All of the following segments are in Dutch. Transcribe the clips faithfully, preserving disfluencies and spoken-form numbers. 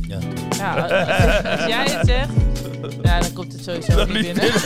Ja. Ja, als, als jij het zegt, ja, dan komt het sowieso niet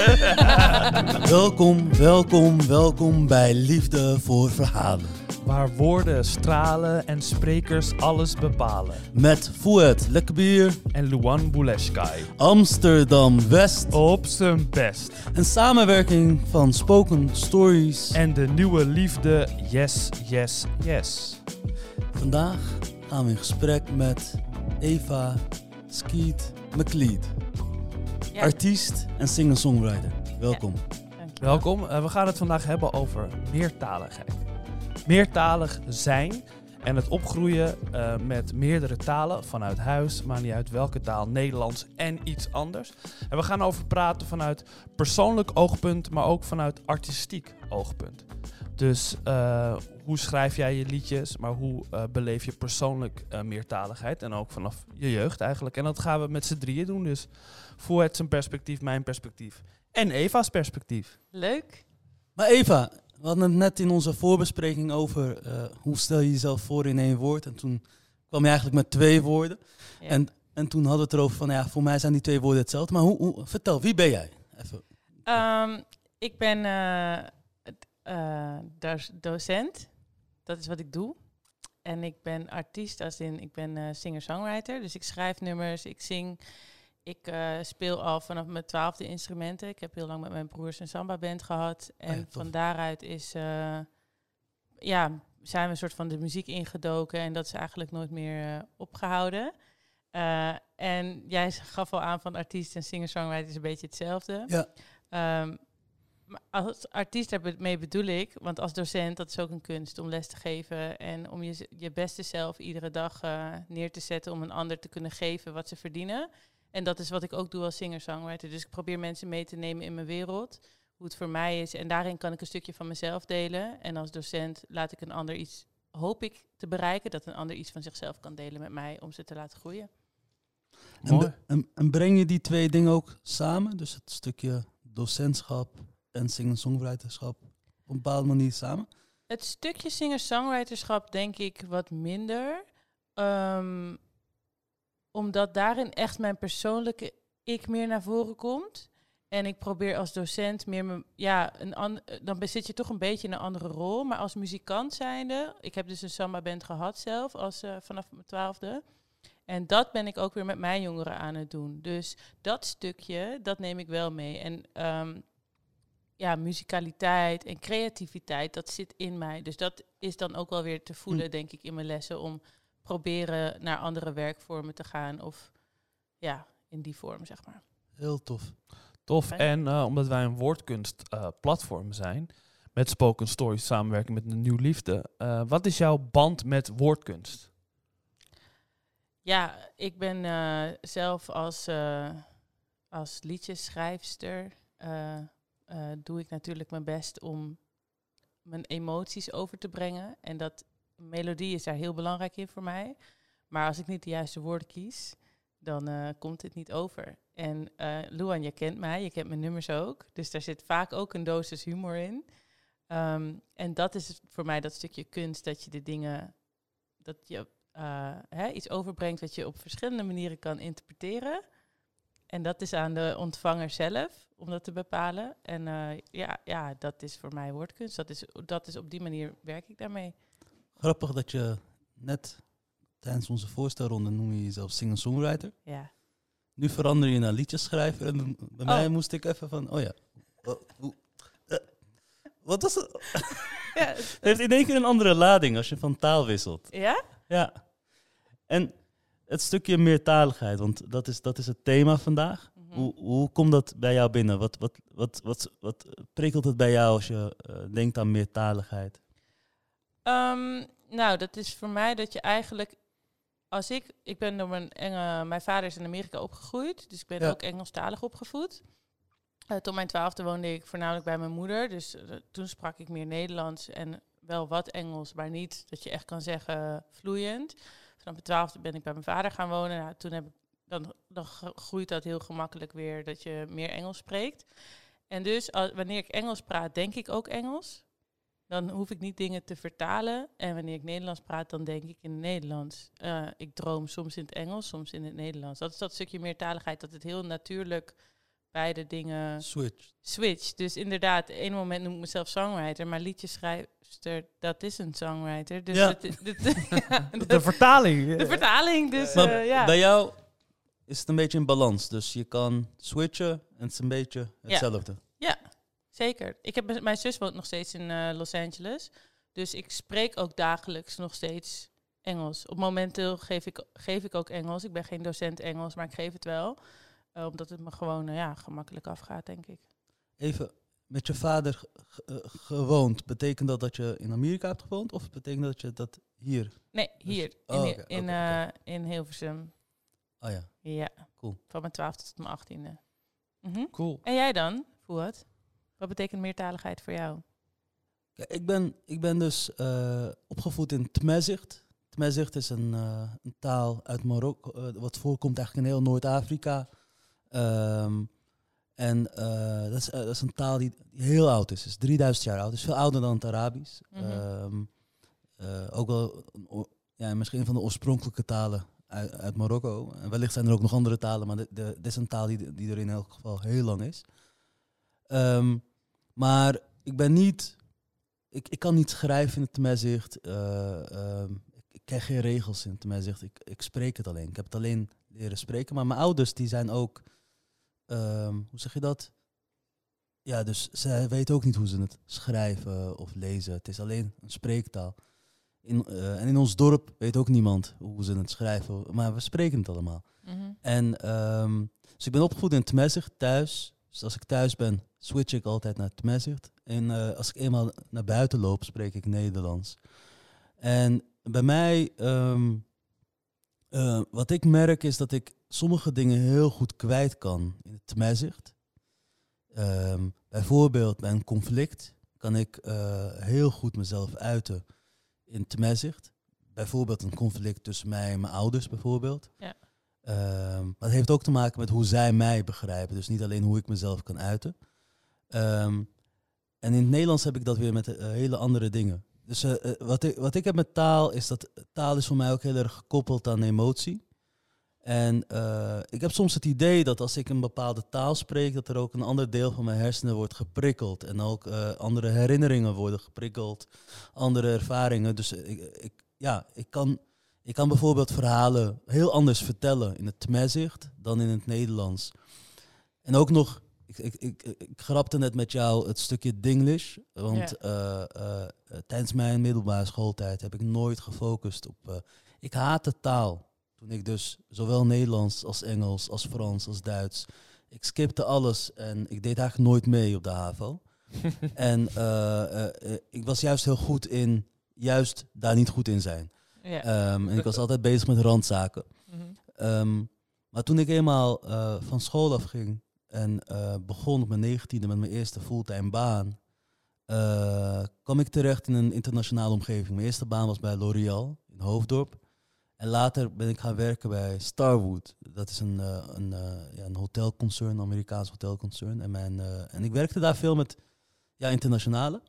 binnen. Welkom, welkom, welkom bij Liefde voor Verhalen. Waar woorden stralen en sprekers alles bepalen. Met Fouet Lekkebier En Luan Bouleshkai. Amsterdam West. Op zijn best. Een samenwerking van Spoken Stories. En de nieuwe liefde, yes, yes, yes. Vandaag gaan we in gesprek met Eva Skeet McLeod. Ja. Artiest en singer-songwriter. Welkom. Dankjewel. Welkom. Uh, we gaan het vandaag hebben over meertaligheid. Meertalig zijn en het opgroeien uh, met meerdere talen vanuit huis, maakt niet uit welke taal, Nederlands en iets anders. En we gaan over praten vanuit persoonlijk oogpunt, maar ook vanuit artistiek oogpunt. Dus uh, hoe schrijf jij je liedjes, maar hoe uh, beleef je persoonlijk uh, meertaligheid en ook vanaf je jeugd eigenlijk. En dat gaan we met z'n drieën doen, dus Fouet zijn perspectief, mijn perspectief en Eva's perspectief. Leuk. Maar Eva, we hadden het net in onze voorbespreking over uh, hoe stel je jezelf voor in één woord. En toen kwam je eigenlijk met twee woorden. Ja. En, en toen hadden we het erover van, ja, voor mij zijn die twee woorden hetzelfde. Maar hoe, hoe, vertel, wie ben jij? Even. Um, ik ben uh, uh, do- docent. Dat is wat ik doe. En ik ben artiest, als in, ik ben uh, singer-songwriter. Dus ik schrijf nummers, ik zing. Ik uh, speel al vanaf mijn twaalfde instrumenten. Ik heb heel lang met mijn broers een samba-band gehad. En Oh ja, van daaruit is, uh, ja, zijn we een soort van de muziek ingedoken. En dat is eigenlijk nooit meer uh, opgehouden. Uh, en jij gaf al aan van artiest en singer-songwriter is een beetje hetzelfde. Ja. Um, maar als artiest daarmee bedoel ik, want als docent, dat is ook een kunst om les te geven. En om je, je beste zelf iedere dag uh, neer te zetten om een ander te kunnen geven wat ze verdienen. En dat is wat ik ook doe als singer-songwriter. Dus ik probeer mensen mee te nemen in mijn wereld, hoe het voor mij is. En daarin kan ik een stukje van mezelf delen. En als docent laat ik een ander iets, hoop ik te bereiken, dat een ander iets van zichzelf kan delen met mij om ze te laten groeien. En, be- en, en breng je die twee dingen ook samen? Dus het stukje docentschap en singer-songwriterschap op een bepaalde manier samen? Het stukje singer-songwriterschap denk ik wat minder. Um, omdat daarin echt mijn persoonlijke ik meer naar voren komt. En ik probeer als docent meer... Me, ja, een an, dan zit je toch een beetje in een andere rol. Maar als muzikant zijnde... Ik heb dus een samba-band gehad zelf als, uh, vanaf mijn twaalfde. En dat ben ik ook weer met mijn jongeren aan het doen. Dus dat stukje, dat neem ik wel mee. En um, ja, muzikaliteit en creativiteit, dat zit in mij. Dus dat is dan ook wel weer te voelen, hm. denk ik, in mijn lessen... om proberen naar andere werkvormen te gaan. Of ja, in die vorm, zeg maar. Heel tof. Tof. Fijn. En uh, omdat wij een woordkunstplatform uh, zijn, met Spoken Stories samenwerking met een Nieuw Liefde. Uh, wat is jouw band met woordkunst? Ja, ik ben uh, zelf als, uh, als liedjesschrijfster... Uh, uh, doe ik natuurlijk mijn best om mijn emoties over te brengen. En dat melodie is daar heel belangrijk in voor mij. Maar als ik niet de juiste woorden kies, dan uh, komt het niet over. En uh, Luan, je kent mij, je kent mijn nummers ook. Dus daar zit vaak ook een dosis humor in. Um, en dat is voor mij dat stukje kunst, dat je de dingen, dat je uh, hè, iets overbrengt wat je op verschillende manieren kan interpreteren. En dat is aan de ontvanger zelf, om dat te bepalen. En uh, ja, ja, dat is voor mij woordkunst. Dat is, dat is op die manier werk ik daarmee. Grappig dat je net tijdens onze voorstelronde noem je jezelf singer-songwriter. Ja. Nu verander je naar liedjesschrijver. En dan, bij Oh. mij moest ik even van, oh ja. Uh, uh, uh, wat was het? Ja. Het heeft in één keer een andere lading als je van taal wisselt. Ja? Ja. En het stukje meertaligheid, want dat is, dat is het thema vandaag. Mm-hmm. Hoe, hoe komt dat bij jou binnen? Wat, wat, wat, wat, wat prikkelt het bij jou als je uh, denkt aan meertaligheid? Um, nou, dat is voor mij dat je eigenlijk... Als ik... Ik ben door mijn... Enge, mijn vader is in Amerika opgegroeid. Dus ik ben Ja. ook Engelstalig opgevoed. Uh, tot mijn twaalfde woonde ik voornamelijk bij mijn moeder. Dus uh, toen sprak ik meer Nederlands en wel wat Engels. Maar niet dat je echt kan zeggen vloeiend. Vanaf mijn twaalfde ben ik bij mijn vader gaan wonen. Nou, toen heb ik... Dan, dan groeit dat heel gemakkelijk weer dat je meer Engels spreekt. En dus als, wanneer ik Engels praat, denk ik ook Engels. dan hoef ik niet dingen te vertalen. En wanneer ik Nederlands praat, dan denk ik in het Nederlands. Uh, ik droom soms in het Engels, soms in het Nederlands. Dat is dat stukje meertaligheid, dat het heel natuurlijk beide dingen Switch. switch. Dus inderdaad, één moment noem ik mezelf songwriter, maar liedjeschrijfster, dat is een songwriter. Dus ja. het, het, het, de vertaling. De vertaling, dus maar uh, ja. Bij jou is het een beetje in balans. Dus je kan switchen en het is een beetje hetzelfde. Ja, ja zeker. Ik heb, mijn zus woont nog steeds in uh, Los Angeles. Dus ik spreek ook dagelijks nog steeds Engels. Op momenten geef ik, geef ik ook Engels. Ik ben geen docent Engels, maar ik geef het wel. Uh, omdat het me gewoon uh, ja, gemakkelijk afgaat, denk ik. Even, met je vader ge- ge- gewoond, betekent dat dat je in Amerika hebt gewoond? Of betekent dat je dat hier? Nee, hier. Dus, oh, in, okay, in, okay, uh, okay. in Hilversum. Oh ja. Ja. Cool. Van mijn twaalfde tot mijn achttiende. Mm-hmm. Cool. En jij dan, Fouad? Wat betekent meertaligheid voor jou? Kijk, ik ben, ik ben dus uh, opgevoed in Tmezicht. Tmezicht is een, uh, een taal uit Marokko, uh, wat voorkomt eigenlijk in heel Noord-Afrika. Um, en uh, dat, is, uh, dat is een taal die, die heel oud is. is drieduizend jaar oud. Is veel ouder dan het Arabisch. Mm-hmm. Um, uh, ook wel ja, misschien een van de oorspronkelijke talen uit, uit Marokko. En wellicht zijn er ook nog andere talen, maar dit is een taal die, die er in elk geval heel lang is. Um, maar ik ben niet... Ik, ik kan niet schrijven in het Tmezicht. Uh, um, ik, ik krijg geen regels in het Tmezicht. Ik, ik spreek het alleen. Ik heb het alleen leren spreken. Maar mijn ouders die zijn ook... Um, hoe zeg je dat? Ja, dus zij weten ook niet hoe ze het schrijven of lezen. Het is alleen een spreektaal. In, uh, en in ons dorp weet ook niemand hoe ze het schrijven. Maar we spreken het allemaal. Mm-hmm. En um, dus ik ben opgevoed in het Tmezicht thuis. Dus als ik thuis ben, switch ik altijd naar het Tmezicht. En uh, als ik eenmaal naar buiten loop, spreek ik Nederlands. En bij mij, um, uh, wat ik merk is dat ik sommige dingen heel goed kwijt kan in het Tmezicht. Um, bijvoorbeeld bij een conflict kan ik uh, heel goed mezelf uiten in het Tmezicht. Bijvoorbeeld een conflict tussen mij en mijn ouders bijvoorbeeld. Ja. Um, maar het heeft ook te maken met hoe zij mij begrijpen. Dus niet alleen hoe ik mezelf kan uiten. Um, en in het Nederlands heb ik dat weer met uh, hele andere dingen. Dus uh, uh, wat, ik, wat ik heb met taal is dat taal is voor mij ook heel erg gekoppeld aan emotie. En uh, ik heb soms het idee dat als ik een bepaalde taal spreek, dat er ook een ander deel van mijn hersenen wordt geprikkeld. En ook uh, andere herinneringen worden geprikkeld, andere ervaringen. Dus uh, ik, ik, ja, ik kan... Ik kan bijvoorbeeld verhalen heel anders vertellen in het Tmezicht dan in het Nederlands. En ook nog, ik, ik, ik, ik grapte net met jou het stukje Dinglish. Want ja. uh, uh, uh, tijdens mijn middelbare schooltijd heb ik nooit gefocust op... Uh, ik haatte taal. Toen ik dus zowel Nederlands als Engels, als Frans, als Duits... Ik skipte alles en ik deed eigenlijk nooit mee op de HAVO. En uh, uh, uh, ik was juist heel goed in, juist daar niet goed in zijn. Ja. Um, en ik was altijd bezig met randzaken. Mm-hmm. Um, maar toen ik eenmaal uh, van school afging en uh, begon op mijn negentiende met mijn eerste fulltime baan, uh, kwam ik terecht in een internationale omgeving. Mijn eerste baan was bij L'Oréal in Hoofddorp. En later ben ik gaan werken bij Starwood. Dat is een, uh, een, uh, ja, een hotelconcern, een Amerikaans hotelconcern. En, mijn, uh, en ik werkte daar veel met ja, internationale.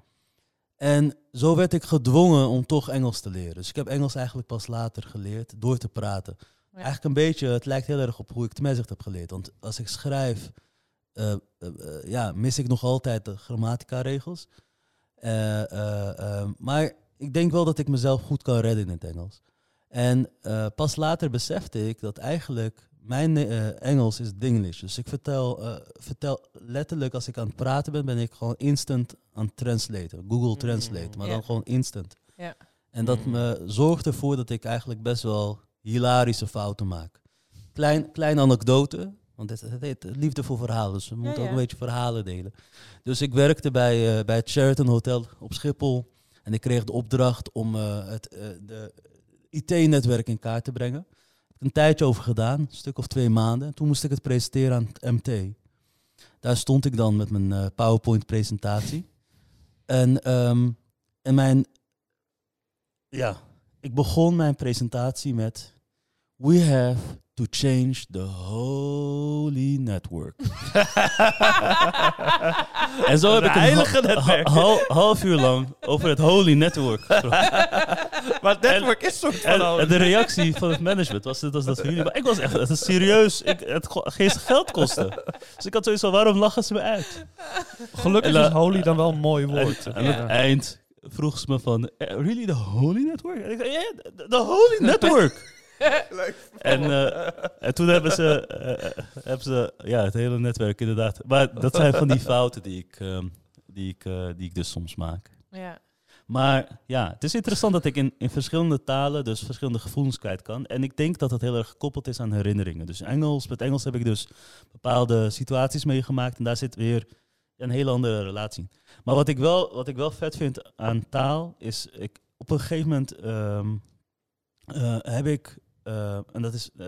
En zo werd ik gedwongen om toch Engels te leren. Dus ik heb Engels eigenlijk pas later geleerd, door te praten. Ja. Eigenlijk een beetje, het lijkt heel erg op hoe ik Tmezicht heb geleerd. Want als ik schrijf, uh, uh, uh, ja, mis ik nog altijd de grammatica-regels. Uh, uh, uh, maar ik denk wel dat ik mezelf goed kan redden in het Engels. En uh, pas later besefte ik dat eigenlijk mijn uh, Engels is Dinglish. Dus ik vertel, uh, vertel letterlijk, als ik aan het praten ben, ben ik gewoon instant aan het translaten. Google Translate, maar yeah. dan gewoon instant. Yeah. En dat me zorgt ervoor dat ik eigenlijk best wel hilarische fouten maak. Klein, kleine anekdote, want het, het heet liefde voor verhalen, dus we moeten ja, ja. ook een beetje verhalen delen. Dus ik werkte bij, uh, bij het Sheraton Hotel op Schiphol en ik kreeg de opdracht om uh, het uh, de I T-netwerk in kaart te brengen. Een tijdje over gedaan, een stuk of twee maanden. Toen moest ik het presenteren aan het M T. Daar stond ik dan met mijn uh, PowerPoint-presentatie. En, um, en mijn... Ja, ik begon mijn presentatie met... We have to change the whole Holy Network. En zo heb De ik een heilige ha- netwerk. ha- hal- half uur lang over het Holy Network gesproken. Maar het netwerk is soort van... En, holy. en de reactie van het management was, was dat voor jullie. Maar ik was echt, het is serieus, ik, het go- geen geld kosten. Dus ik had sowieso, waarom lachen ze me uit? Gelukkig En, is uh, holy dan wel een mooi woord. En aan het eind vroeg ze me van, eh, really, the Holy Network? En ik zei, ja, the, the Holy Network. En, uh, en toen hebben ze, uh, hebben ze, ja, het hele netwerk inderdaad. Maar dat zijn van die fouten die ik, um, die ik, uh, die ik dus soms maak. Ja. Maar ja, het is interessant dat ik in, in verschillende talen dus verschillende gevoelens kwijt kan. En ik denk dat dat heel erg gekoppeld is aan herinneringen. Dus Engels, met Engels heb ik dus bepaalde situaties meegemaakt. En daar zit weer een hele andere relatie in. Maar wat ik wel, wat ik wel vet vind aan taal is, ik, op een gegeven moment um, uh, heb ik, uh, en dat is, uh,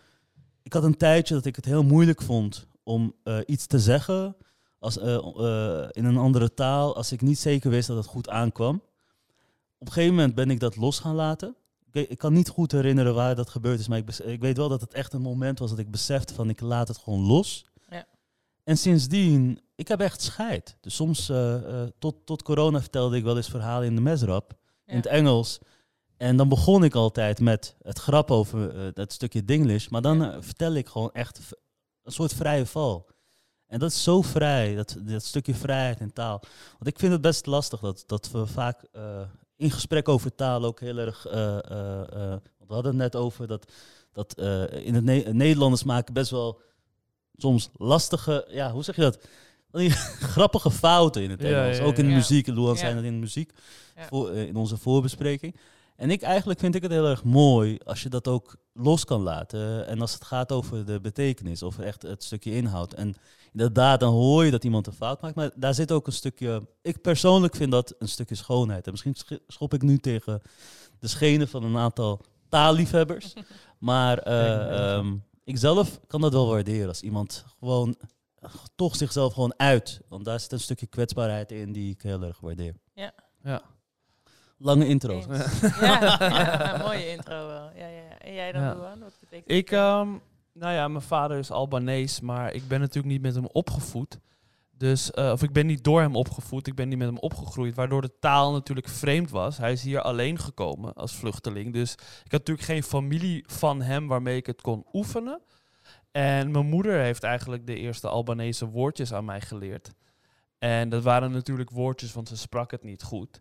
ik had een tijdje dat ik het heel moeilijk vond om uh, iets te zeggen als, uh, uh, in een andere taal, als ik niet zeker wist dat het goed aankwam. Op een gegeven moment ben ik dat los gaan laten. Ik, ik kan niet goed herinneren waar dat gebeurd is, maar ik, bes- ik weet wel dat het echt een moment was dat ik besefte van ik laat het gewoon los. Ja. En sindsdien, ik heb echt scheid. Dus soms, uh, uh, tot, tot corona vertelde ik wel eens verhalen in de mesrap, Ja. in het Engels. En dan begon ik altijd met het grap over uh, dat stukje Dinglish, maar dan uh, vertel ik gewoon echt v- een soort vrije val. En dat is zo vrij, dat, dat stukje vrijheid in taal. Want ik vind het best lastig dat, dat we vaak uh, in gesprek over taal ook heel erg... Uh, uh, uh, we hadden het net over dat, dat uh, in het ne- Nederlanders maken best wel soms lastige... Ja, hoe zeg je dat? Die grappige fouten in het Ja, Engels. ja, ja. Ook in de Ja. muziek. Luan Ja. zei dat in de muziek. Ja. Voor, uh, in onze voorbespreking. En ik eigenlijk vind ik het heel erg mooi als je dat ook los kan laten. En als het gaat over de betekenis, over echt het stukje inhoud. En inderdaad, dan hoor je dat iemand een fout maakt. Maar daar zit ook een stukje... Ik persoonlijk vind dat een stukje schoonheid. En misschien sch- schop ik nu tegen de schenen van een aantal taalliefhebbers. Maar uh, um, ik zelf kan dat wel waarderen als iemand gewoon toch zichzelf gewoon uit. Want daar zit een stukje kwetsbaarheid in die ik heel erg waardeer. Ja. Ja. Lange intro. Eens. Ja, ja, een mooie intro wel. Ja, ja, ja. En jij dan, Ja. Luan? Wat betekent Ik, dat? um, nou ja, mijn vader is Albanees, maar ik ben natuurlijk niet met hem opgevoed. Dus, uh, of ik ben niet door hem opgevoed, ik ben niet met hem opgegroeid, waardoor de taal natuurlijk vreemd was. Hij is hier alleen gekomen als vluchteling, dus ik had natuurlijk geen familie van hem waarmee ik het kon oefenen. En mijn moeder heeft eigenlijk de eerste Albanese woordjes aan mij geleerd. En dat waren natuurlijk woordjes, want ze sprak het niet goed.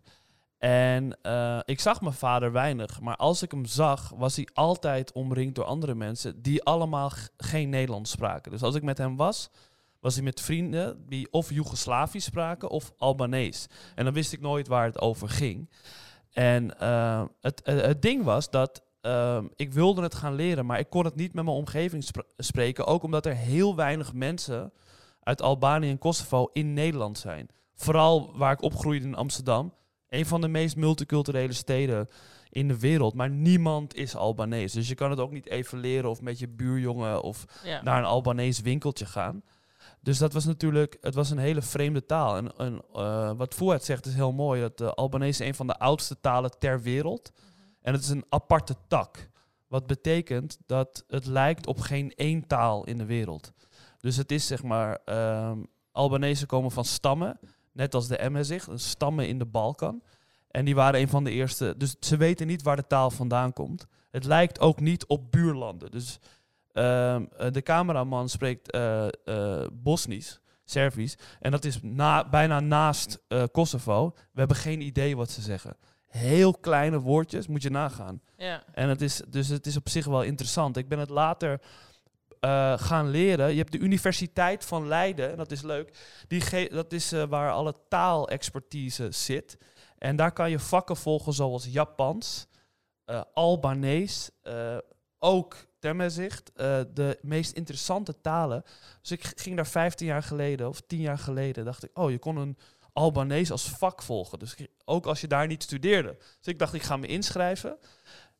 En uh, ik zag mijn vader weinig, maar als ik hem zag, was hij altijd omringd door andere mensen die allemaal g- geen Nederlands spraken. Dus als ik met hem was, was hij met vrienden die of Joegoslavisch spraken of Albanees. En dan wist ik nooit waar het over ging. En uh, het, uh, het ding was dat uh, ik wilde het gaan leren, maar ik kon het niet met mijn omgeving spra- spreken. Ook omdat er heel weinig mensen uit Albanië en Kosovo in Nederland zijn. Vooral waar ik opgroeide in Amsterdam. Een van de meest multiculturele steden in de wereld. Maar niemand is Albanees. Dus je kan het ook niet even leren of met je buurjongen of Ja. naar een Albanees winkeltje gaan. Dus dat was natuurlijk, het was een hele vreemde taal. En, en uh, wat Fouad zegt is heel mooi. Dat de Albanees is een van de oudste talen ter wereld. En het is een aparte tak. Wat betekent dat het lijkt op geen één taal in de wereld. Dus het is zeg maar, um, Albanezen komen van stammen. Net als de Amazigh, stammen in de Balkan. En die waren een van de eerste. Dus ze weten niet waar de taal vandaan komt. Het lijkt ook niet op buurlanden. Dus uh, de cameraman spreekt uh, uh, Bosnisch, Servisch. En dat is na, bijna naast uh, Kosovo. We hebben geen idee wat ze zeggen. Heel kleine woordjes, moet je nagaan. Ja. En het is, dus het is op zich wel interessant. Ik ben het later uh, gaan leren. Je hebt de Universiteit van Leiden, en dat is leuk. Die ge- dat is uh, waar alle taalexpertise zit. En daar kan je vakken volgen zoals Japans, uh, Albanees, uh, ook Temmezicht, uh, de meest interessante talen. Dus ik g- ging daar vijftien jaar geleden of tien jaar geleden, dacht ik, oh, je kon een Albanees als vak volgen. Dus ik, ook als je daar niet studeerde. Dus ik dacht, ik ga me inschrijven.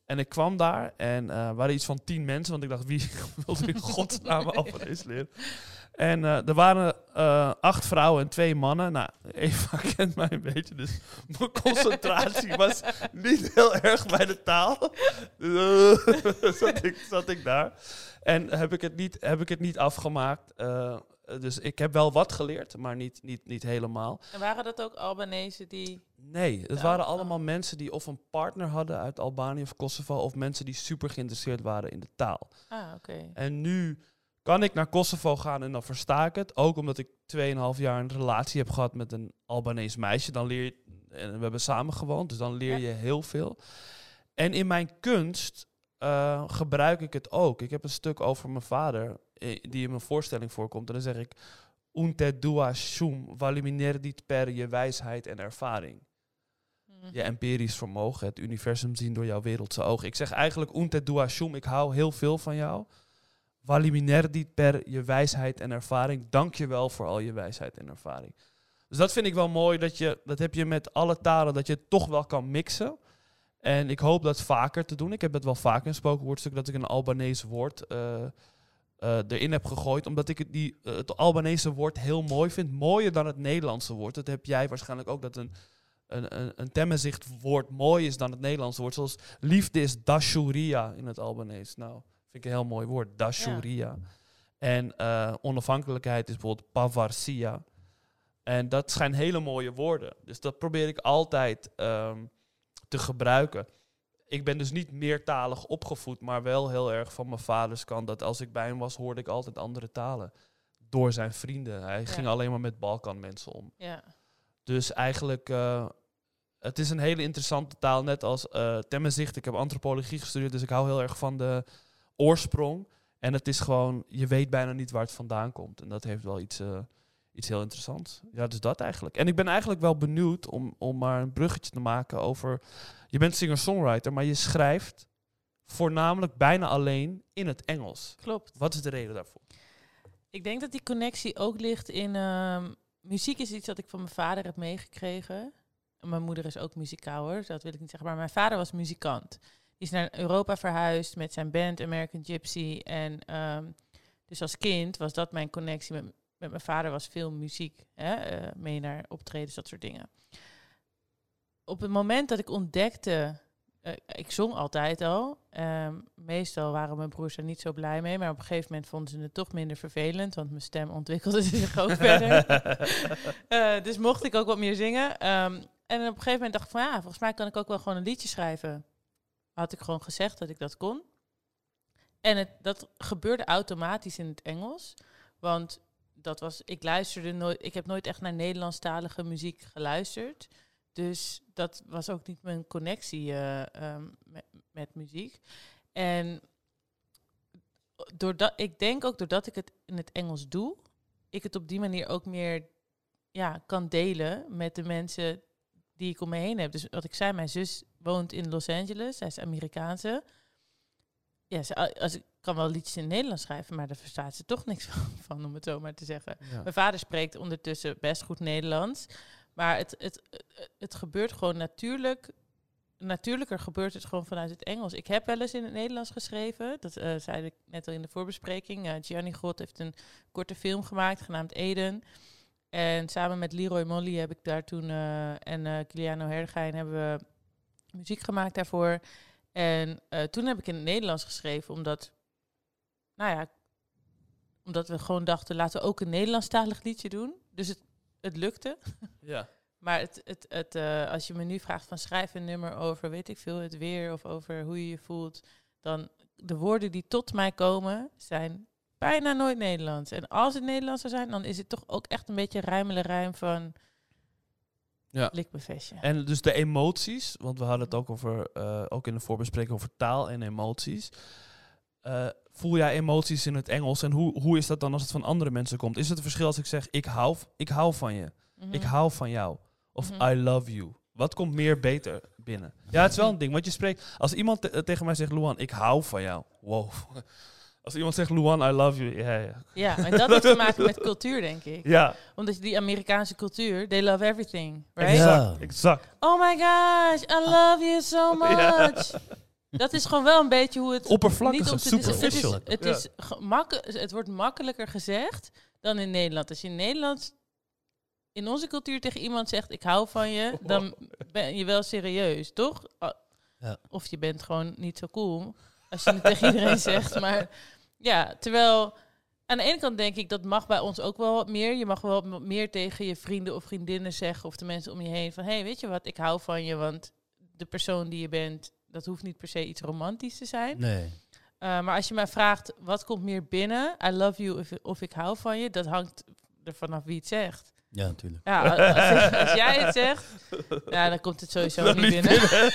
En ik kwam daar en er uh, waren iets van tien mensen, want ik dacht, wie wil er in godsnaam Albanese leren? En uh, er waren uh, acht vrouwen en twee mannen. Nou, Eva kent mij een beetje, dus mijn concentratie was niet heel erg bij de taal. Dus uh, zat, ik, zat ik daar. En heb ik het niet, heb ik het niet afgemaakt. Uh, dus ik heb wel wat geleerd, maar niet, niet, niet helemaal. En waren dat ook Albanese die... Nee, het waren allemaal mensen die of een partner hadden uit Albanië of Kosovo, of mensen die super geïnteresseerd waren in de taal. Ah, oké. Okay. En nu kan ik naar Kosovo gaan en dan versta ik het. Ook omdat ik tweeënhalf jaar een relatie heb gehad met een Albanees meisje. Dan leer je, en we hebben samen gewoond, dus dan leer je ja. heel veel. En in mijn kunst uh, gebruik ik het ook. Ik heb een stuk over mijn vader, die in mijn voorstelling voorkomt. En dan zeg ik, unte dua shum valiminerdit per je wijsheid en ervaring. Mm-hmm. Je empirisch vermogen, het universum zien door jouw wereldse ogen. Ik zeg eigenlijk, unte dua shum, ik hou heel veel van jou. Valiminerdit per je wijsheid en ervaring. Dank je wel voor al je wijsheid en ervaring. Dus dat vind ik wel mooi, dat je, dat heb je met alle talen, dat je het toch wel kan mixen. En ik hoop dat vaker te doen. Ik heb het wel vaker in spoken woordstuk, dat ik een Albanese woord uh, uh, erin heb gegooid. Omdat ik het, die, uh, het Albanese woord heel mooi vind. Mooier dan het Nederlandse woord. Dat heb jij waarschijnlijk ook, dat een, een, een, een temmenzicht woord mooi is dan het Nederlandse woord. Zoals liefde is dashuria in het Albanees. Nou, vind ik een heel mooi woord, dashuria. Ja. En uh, onafhankelijkheid is bijvoorbeeld pavarsia. En dat zijn hele mooie woorden. Dus dat probeer ik altijd um, te gebruiken. Ik ben dus niet meertalig opgevoed, maar wel heel erg van mijn vaders kant. Dat als ik bij hem was, hoorde ik altijd andere talen. Door zijn vrienden. Hij ja. ging alleen maar met Balkan mensen om. Ja. Dus eigenlijk, uh, het is een hele interessante taal. Net als uh, temmenzicht. Ik heb antropologie gestudeerd, dus ik hou heel erg van de oorsprong. En het is gewoon, je weet bijna niet waar het vandaan komt. En dat heeft wel iets... Uh, Iets heel interessants. Ja, dus dat eigenlijk. En ik ben eigenlijk wel benieuwd om, om maar een bruggetje te maken over... Je bent singer-songwriter, maar je schrijft voornamelijk bijna alleen in het Engels. Klopt. Wat is de reden daarvoor? Ik denk dat die connectie ook ligt in... Uh, muziek is iets dat ik van mijn vader heb meegekregen. Mijn moeder is ook muzikaal, hoor. Dat wil ik niet zeggen. Maar mijn vader was muzikant. Die is naar Europa verhuisd met zijn band American Gypsy. En um, dus als kind was dat mijn connectie met... Met mijn vader was veel muziek, hè, uh, mee naar optredens, dat soort dingen. Op het moment dat ik ontdekte, uh, ik zong altijd al. Um, meestal waren mijn broers er niet zo blij mee, maar op een gegeven moment vonden ze het toch minder vervelend, want mijn stem ontwikkelde zich ook verder. uh, dus mocht ik ook wat meer zingen. Um, en op een gegeven moment dacht ik van ja, volgens mij kan ik ook wel gewoon een liedje schrijven. Had ik gewoon gezegd dat ik dat kon. En het, dat gebeurde automatisch in het Engels, want dat was, ik luisterde nooit, ik heb nooit echt naar Nederlandstalige muziek geluisterd. Dus dat was ook niet mijn connectie uh, um, met, met muziek. En doordat, ik denk ook doordat ik het in het Engels doe, ik het op die manier ook meer ja, kan delen met de mensen die ik om me heen heb. Dus wat ik zei, mijn zus woont in Los Angeles, zij is Amerikaanse. Ja, ze, als ik kan wel liedjes in het Nederlands schrijven, maar daar verstaat ze toch niks van, van om het zo maar te zeggen. Ja. Mijn vader spreekt ondertussen best goed Nederlands, maar het, het, het, het gebeurt gewoon natuurlijk. Natuurlijker gebeurt het gewoon vanuit het Engels. Ik heb wel eens in het Nederlands geschreven, dat uh, zei ik net al in de voorbespreking. Uh, Gianni God heeft een korte film gemaakt, genaamd Eden. En samen met Leroy Molly heb ik daar toen, uh, en uh, Kiliano Hergein hebben we muziek gemaakt daarvoor. En uh, toen heb ik in het Nederlands geschreven, omdat, nou ja, omdat we gewoon dachten, laten we ook een Nederlandstalig liedje doen. Dus het, het lukte. Ja. Maar het, het, het, uh, als je me nu vraagt van schrijf een nummer over, weet ik veel, het weer of over hoe je je voelt, dan de woorden die tot mij komen zijn bijna nooit Nederlands. En als het Nederlands zou zijn, dan is het toch ook echt een beetje ruimelenrijm van... Ja. Likbevestje. En dus de emoties, want we hadden het ook over, uh, ook in de voorbespreking over taal en emoties. Uh, voel jij emoties in het Engels en hoe, hoe is dat dan als het van andere mensen komt? Is het een verschil als ik zeg, ik hou, ik hou van je, mm-hmm. ik hou van jou, of mm-hmm. I love you? Wat komt meer beter binnen? Ja, het is wel een ding, want je spreekt, als iemand te, tegen mij zegt, Luan, ik hou van jou, wow. Als iemand zegt, Luan, I love you. Ja, ja. Ja, maar dat heeft te maken met cultuur, denk ik. Ja. Omdat die Amerikaanse cultuur, they love everything, right? Exact, exact. Oh my gosh, I love you so much. Ja. Dat is gewoon wel een beetje hoe het... Oppervlakkig, niet om te dis- superficial. Het is, het, is gemak- het wordt makkelijker gezegd dan in Nederland. Als je in Nederland in onze cultuur tegen iemand zegt... ik hou van je, dan ben je wel serieus, toch? Ja. Of je bent gewoon niet zo cool als je het tegen iedereen zegt. Maar ja, terwijl... Aan de ene kant denk ik, dat mag bij ons ook wel wat meer. Je mag wel wat meer tegen je vrienden of vriendinnen zeggen... of de mensen om je heen van... hé, hey, weet je wat, ik hou van je, want de persoon die je bent... dat hoeft niet per se iets romantisch te zijn. Nee. Uh, maar als je mij vraagt, wat komt meer binnen? I love you of, of ik hou van je. Dat hangt er vanaf wie het zegt. Ja, natuurlijk. Ja, als, als jij het zegt, ja, dan komt het sowieso niet binnen.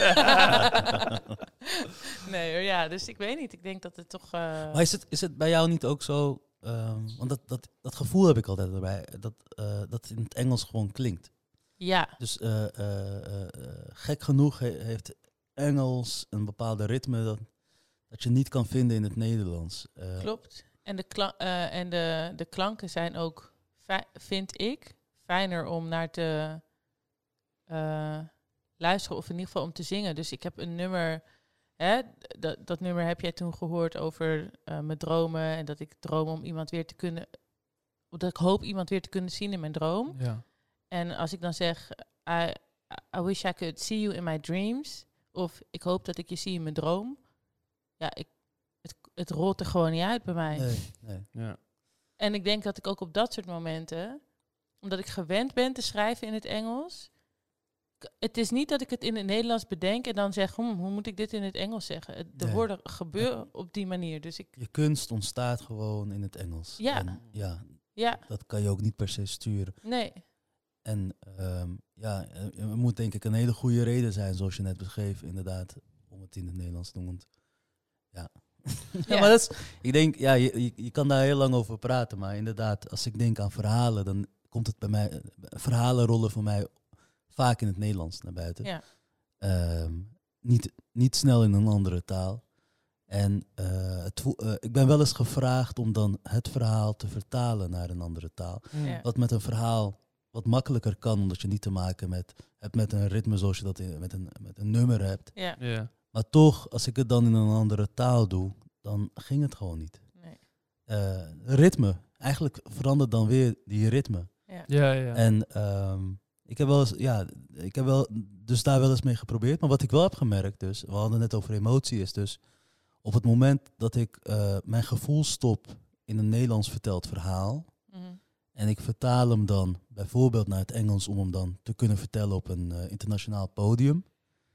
Nee hoor, ja, dus ik weet niet. Ik denk dat het toch... Uh... Maar is het, is het bij jou niet ook zo... Um, want dat, dat, dat gevoel heb ik altijd erbij. Dat, uh, dat het in het Engels gewoon klinkt. Ja. Dus uh, uh, uh, uh, gek genoeg he, heeft Engels een bepaalde ritme... Dat, dat je niet kan vinden in het Nederlands. Uh, Klopt. En, de, kla- uh, en de, de klanken zijn ook, fi- vind ik, fijner om naar te uh, luisteren... of in ieder geval om te zingen. Dus ik heb een nummer... Hè, dat, dat nummer heb jij toen gehoord over uh, mijn dromen... en dat ik droom om iemand weer te kunnen... dat ik hoop iemand weer te kunnen zien in mijn droom. Ja. En als ik dan zeg... I, I wish I could see you in my dreams... of ik hoop dat ik je zie in mijn droom... ja, ik, het, het rolt er gewoon niet uit bij mij. Nee, nee. Ja. En ik denk dat ik ook op dat soort momenten... omdat ik gewend ben te schrijven in het Engels... Het is niet dat ik het in het Nederlands bedenk en dan zeg... Hm, hoe moet ik dit in het Engels zeggen? Het, de Nee. woorden gebeuren op die manier. Dus ik, Je kunst ontstaat gewoon in het Engels. Ja. En ja, ja, dat kan je ook niet per se sturen. nee. En um, ja, er moet denk ik een hele goede reden zijn, zoals je net beschreef, inderdaad, om het in het Nederlands te doen. Want, ja. ja, Ja. maar dat is, ik denk, ja, je, je, je kan daar heel lang over praten, maar inderdaad, als ik denk aan verhalen, dan komt het bij mij, verhalen rollen voor mij vaak in het Nederlands naar buiten. Ja. Um, niet, niet snel in een andere taal. En uh, het, uh, ik ben wel eens gevraagd om dan het verhaal te vertalen naar een andere taal. Mm. Ja. Wat met een verhaal wat makkelijker kan, omdat je niet te maken met, hebt met een ritme zoals je dat in, met, een, met een nummer hebt. Ja. Ja. Maar toch, als ik het dan in een andere taal doe, dan ging het gewoon niet. Nee. Uh, ritme, eigenlijk verandert dan weer die ritme. Ja. Ja, ja. En um, ik heb wel eens, ja, ik heb wel dus daar wel eens mee geprobeerd. Maar wat ik wel heb gemerkt, dus, we hadden het net over emotie, is dus op het moment dat ik uh, mijn gevoel stop in een Nederlands verteld verhaal, Mm-hmm. en ik vertaal hem dan bijvoorbeeld naar het Engels om hem dan te kunnen vertellen op een uh, internationaal podium,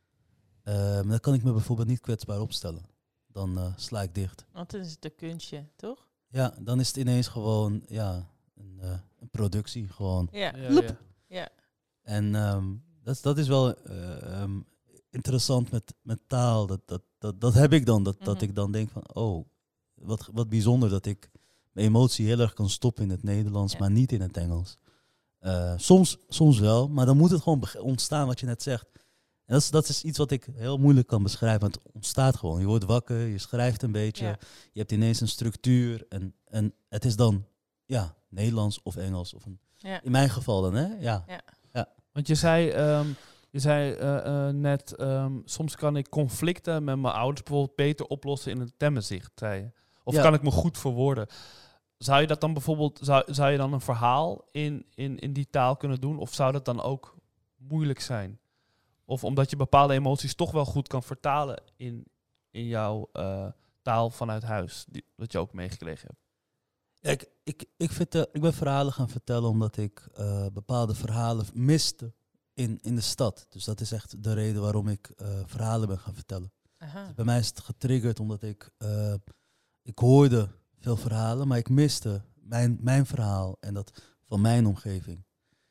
uh, dan kan ik me bijvoorbeeld niet kwetsbaar opstellen. Dan uh, sla ik dicht. Want dan is het een kunstje, toch? Ja, dan is het ineens gewoon ja, een, uh, een productie. Gewoon. Ja. Ja, Loep. ja. Ja. En um, dat, dat is wel uh, um, interessant met, met taal. Dat, dat, dat, dat heb ik dan. Dat, dat Mhm. ik dan denk van, oh, wat, wat bijzonder dat ik mijn emotie heel erg kan stoppen in het Nederlands, Ja. maar niet in het Engels. Uh, soms, soms wel, maar dan moet het gewoon beg- ontstaan wat je net zegt. En dat is, dat is iets wat ik heel moeilijk kan beschrijven. Want het ontstaat gewoon. Je wordt wakker, je schrijft een beetje. Ja. Je hebt ineens een structuur. En, en het is dan ja, Nederlands of Engels. Of een, Ja. in mijn geval dan, hè? Ja. Ja. Want je zei, um, je zei uh, uh, net, um, soms kan ik conflicten met mijn ouders bijvoorbeeld beter oplossen in het stemmenzicht, zei je. Of Ja. kan ik me goed verwoorden? Zou je dat dan bijvoorbeeld, zou, zou je dan een verhaal in, in, in die taal kunnen doen? Of zou dat dan ook moeilijk zijn? Of omdat je bepaalde emoties toch wel goed kan vertalen in, in jouw uh, taal vanuit huis, die, dat je ook meegekregen hebt? Ja, ik, ik, ik, vind, uh, ik ben verhalen gaan vertellen omdat ik uh, bepaalde verhalen miste in, in de stad. Dus dat is echt de reden waarom ik uh, verhalen ben gaan vertellen. Aha. Bij mij is het getriggerd omdat ik, uh, ik hoorde veel verhalen, maar ik miste mijn, mijn verhaal en dat van mijn omgeving.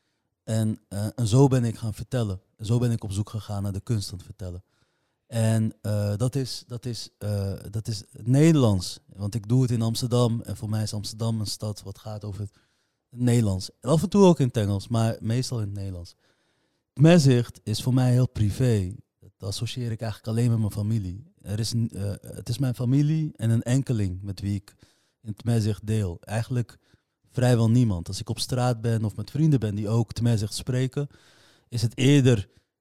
En, uh, en zo ben ik gaan vertellen. En zo ben ik op zoek gegaan naar de kunst aan het vertellen. En uh, dat, is, dat, is, uh, dat is het Nederlands. Want ik doe het in Amsterdam. En voor mij is Amsterdam een stad wat gaat over het Nederlands. En af en toe ook in het Engels, maar meestal in het Nederlands. Het Mezicht is voor mij heel privé. Dat associeer ik eigenlijk alleen met mijn familie. Er is, uh, het is mijn familie en een enkeling met wie ik in het Mezicht deel. Eigenlijk vrijwel niemand. Als ik op straat ben of met vrienden ben die ook het Mezicht spreken, is het eerder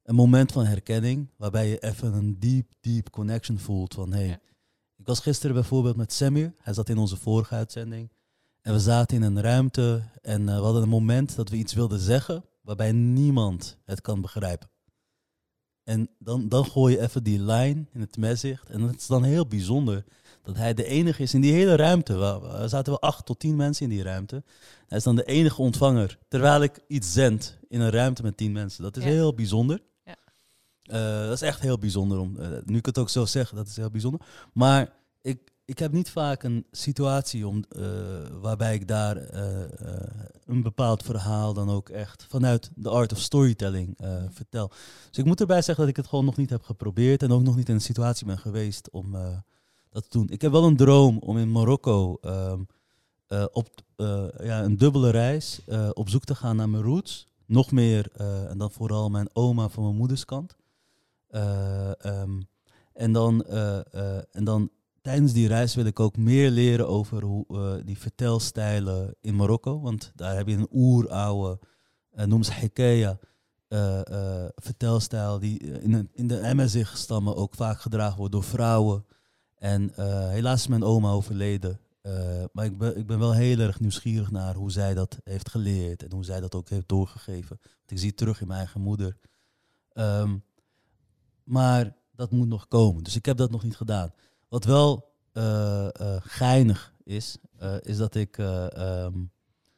een moment van herkenning, waarbij je even een deep, deep connection voelt van, hey, Ja. ik was gisteren bijvoorbeeld met Samir, hij zat in onze vorige uitzending, en we zaten in een ruimte en uh, we hadden een moment dat we iets wilden zeggen, waarbij niemand het kan begrijpen. En dan, dan gooi je even die lijn in het meszicht, en het is dan heel bijzonder dat hij de enige is in die hele ruimte. Er zaten wel acht tot tien mensen in die ruimte. Hij is dan de enige ontvanger, terwijl ik iets zend in een ruimte met tien mensen. Dat is Ja. heel bijzonder. Ja. Uh, dat is echt heel bijzonder. Om, uh, nu ik het ook zo zeg, dat is heel bijzonder. Maar ik, ik heb niet vaak een situatie om, uh, waarbij ik daar uh, uh, een bepaald verhaal dan ook echt vanuit de art of storytelling uh, vertel. Dus ik moet erbij zeggen dat ik het gewoon nog niet heb geprobeerd en ook nog niet in een situatie ben geweest om uh, dat te doen. Ik heb wel een droom om in Marokko um, uh, op uh, ja, een dubbele reis uh, op zoek te gaan naar mijn roots. Nog meer, uh, en dan vooral mijn oma van mijn moeders kant. Uh, um, en, dan, uh, uh, en dan tijdens die reis wil ik ook meer leren over hoe, uh, die vertelstijlen in Marokko. Want daar heb je een oeroude, uh, noem ze hikaya, uh, uh, vertelstijl die in, in de Amazigh-stammen ook vaak gedragen wordt door vrouwen. En uh, helaas is mijn oma overleden. Uh, maar ik ben, ik ben wel heel erg nieuwsgierig naar hoe zij dat heeft geleerd en hoe zij dat ook heeft doorgegeven. Want ik zie het terug in mijn eigen moeder. Um, maar dat moet nog komen. Dus ik heb dat nog niet gedaan. Wat wel uh, uh, geinig is, uh, is dat ik uh, um,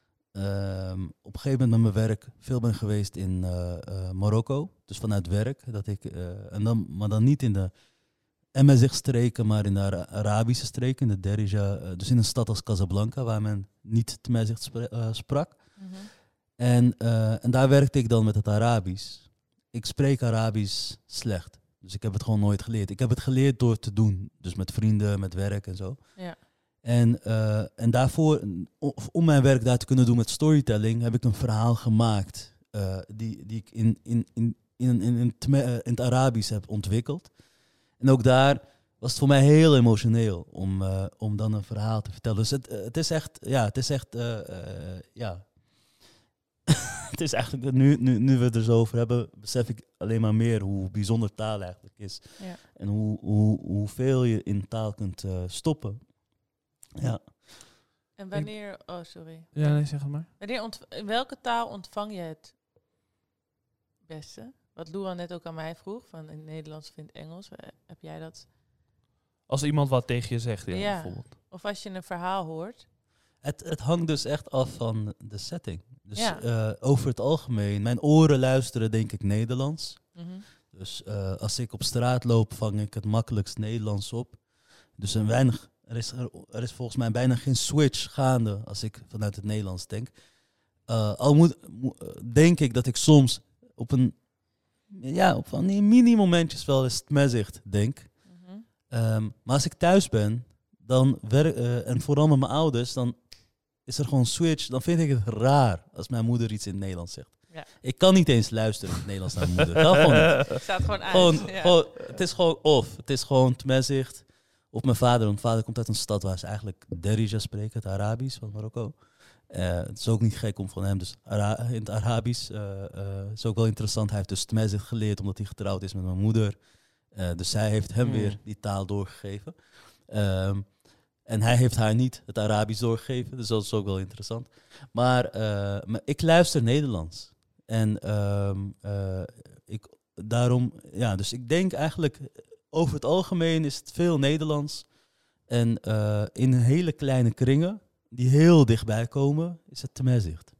um, op een gegeven moment met mijn werk veel ben geweest in uh, uh, Marokko. Dus vanuit werk. Dat ik, uh, en dan, maar dan niet in de Amazigh-streken, maar in de Ara- Arabische streken, in de Derija. Uh, dus in een stad als Casablanca, waar men niet Amazigh spra- uh, sprak. Mm-hmm. En, uh, en daar werkte ik dan met het Arabisch. Ik spreek Arabisch slecht. Dus ik heb het gewoon nooit geleerd. Ik heb het geleerd door te doen. Dus met vrienden, met werk en zo. Ja. En, uh, en daarvoor, om mijn werk daar te kunnen doen met storytelling, heb ik een verhaal gemaakt. Uh, die, die ik in, in, in, in, in, in, in het Arabisch heb ontwikkeld. En ook daar was het voor mij heel emotioneel om, uh, om dan een verhaal te vertellen. Dus het, het is echt, ja, het is echt, uh, uh, ja... Het is eigenlijk, nu, nu, nu we het er zo over hebben, besef ik alleen maar meer hoe bijzonder taal eigenlijk is. Ja. En hoe, hoe, hoeveel je in taal kunt uh, stoppen. Ja. En wanneer, oh sorry. Ja, nee, zeg het maar. Wanneer ontv- in welke taal ontvang je het beste? Wat Luan net ook aan mij vroeg, van in Nederlands of in het Engels. Heb jij dat? Als iemand wat tegen je zegt, ja, Ja. bijvoorbeeld. Of als je een verhaal hoort? Het, het hangt dus echt af van de setting. Dus Ja. uh, over het algemeen, mijn oren luisteren denk ik Nederlands. Mm-hmm. Dus uh, als ik op straat loop, vang ik het makkelijkst Nederlands op. Dus een weinig, er, is, er, er is volgens mij bijna geen switch gaande als ik vanuit het Nederlands denk. Uh, al moet, mo, denk ik dat ik soms op een, ja, op van die mini-momentjes wel eens het mezicht denk. Mm-hmm. Um, maar als ik thuis ben, dan werk, uh, en vooral met mijn ouders, dan is er gewoon switch. Dan vind ik het raar als mijn moeder iets in het Nederlands zegt. Ja. Ik kan niet eens luisteren in het Nederlands naar mijn moeder. Kan gewoon niet. Het staat gewoon uit. Gewoon, ja. gewoon, het is gewoon of. Het is gewoon het mezicht. Of mijn vader. Want mijn vader komt uit een stad waar ze eigenlijk Derija spreken, het Arabisch van Marokko. Uh, het is ook niet gek om van hem. Dus Ara- in het Arabisch uh, uh, is ook wel interessant. Hij heeft dus het mezicht geleerd omdat hij getrouwd is met mijn moeder. Uh, dus zij heeft hem Hmm. weer die taal doorgegeven. Um, En hij heeft haar niet het Arabisch doorgegeven, dus dat is ook wel interessant. Maar, uh, maar ik luister Nederlands. En um, uh, ik, daarom, ja, dus ik denk eigenlijk, over het algemeen is het veel Nederlands. En uh, in hele kleine kringen, die heel dichtbij komen, is het te mezicht.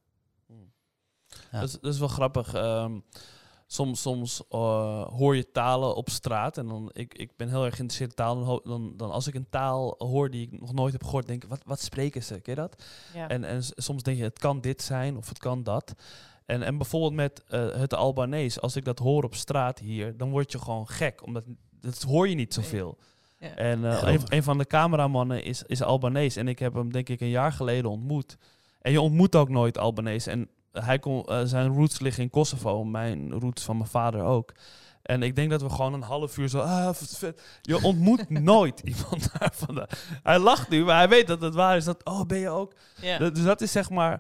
Ja. Dat, is, dat is wel grappig. Um, soms soms uh, hoor je talen op straat. En dan, ik, ik ben heel erg geïnteresseerd in taal. Dan, ho- dan, dan als ik een taal hoor die ik nog nooit heb gehoord, denk ik, wat, wat spreken ze? Ken je dat? Ja. En, en s- soms denk je, het kan dit zijn of het kan dat. En, en bijvoorbeeld met uh, het Albanees, als ik dat hoor op straat hier, dan word je gewoon gek. Omdat dat hoor je niet zoveel. Ja. En uh, een, een van de cameramannen is, is Albanees. En ik heb hem denk ik een jaar geleden ontmoet. En je ontmoet ook nooit Albanees. En hij kon, uh, zijn roots liggen in Kosovo. Mijn roots van mijn vader ook. En ik denk dat we gewoon een half uur zo... Ah, vet, vet. Je ontmoet nooit iemand daarvan. Hij lacht nu, maar hij weet dat het waar is. Dat, oh, ben je ook? Ja. Dat, dus dat is zeg maar...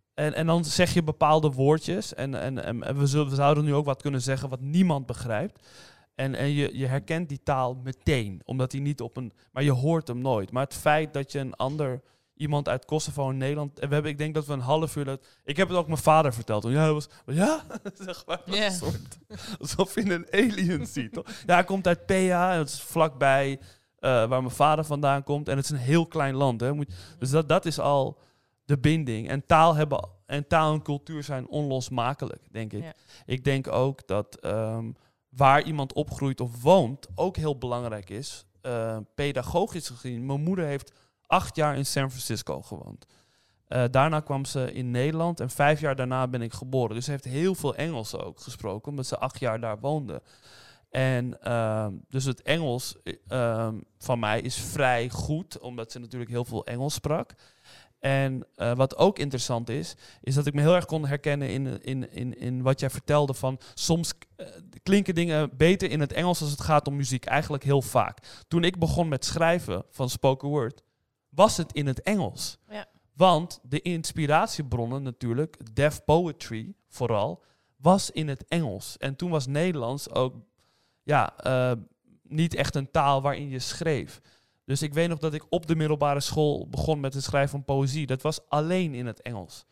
En, en dan zeg je bepaalde woordjes. En, en, en, en we, zullen, we zouden nu ook wat kunnen zeggen wat niemand begrijpt. En, en je, je herkent die taal meteen. Omdat hij niet op een... Maar je hoort hem nooit. Maar het feit dat je een ander... Iemand uit Kosovo in Nederland... En we hebben, ik denk dat we een half uur... Dat, ik heb het ook mijn vader verteld. Ja, hij was... Ja? Zeg maar, Yeah. een soort, alsof je een alien ziet. Toch? Ja, hij komt uit P A. En dat is vlakbij uh, waar mijn vader vandaan komt. En het is een heel klein land. Hè. Moet, dus dat, dat is al de binding. En taal, hebben, en taal en cultuur zijn onlosmakelijk, denk ik. Ja. Ik denk ook dat um, waar iemand opgroeit of woont... ook heel belangrijk is. Uh, pedagogisch gezien. Mijn moeder heeft... acht jaar in San Francisco gewoond. Uh, daarna kwam ze in Nederland en vijf jaar daarna ben ik geboren. Dus ze heeft heel veel Engels ook gesproken, omdat ze acht jaar daar woonde. En uh, dus het Engels uh, van mij is vrij goed, omdat ze natuurlijk heel veel Engels sprak. En uh, wat ook interessant is, is dat ik me heel erg kon herkennen in, in, in, in wat jij vertelde van soms uh, klinken dingen beter in het Engels als het gaat om muziek. Eigenlijk heel vaak. Toen ik begon met schrijven van spoken word, was het in het Engels. Ja. Want de inspiratiebronnen natuurlijk, Def Poetry vooral, was in het Engels. En toen was Nederlands ook ja, uh, niet echt een taal waarin je schreef. Dus ik weet nog dat ik op de middelbare school begon met het schrijven van poëzie. Dat was alleen in het Engels.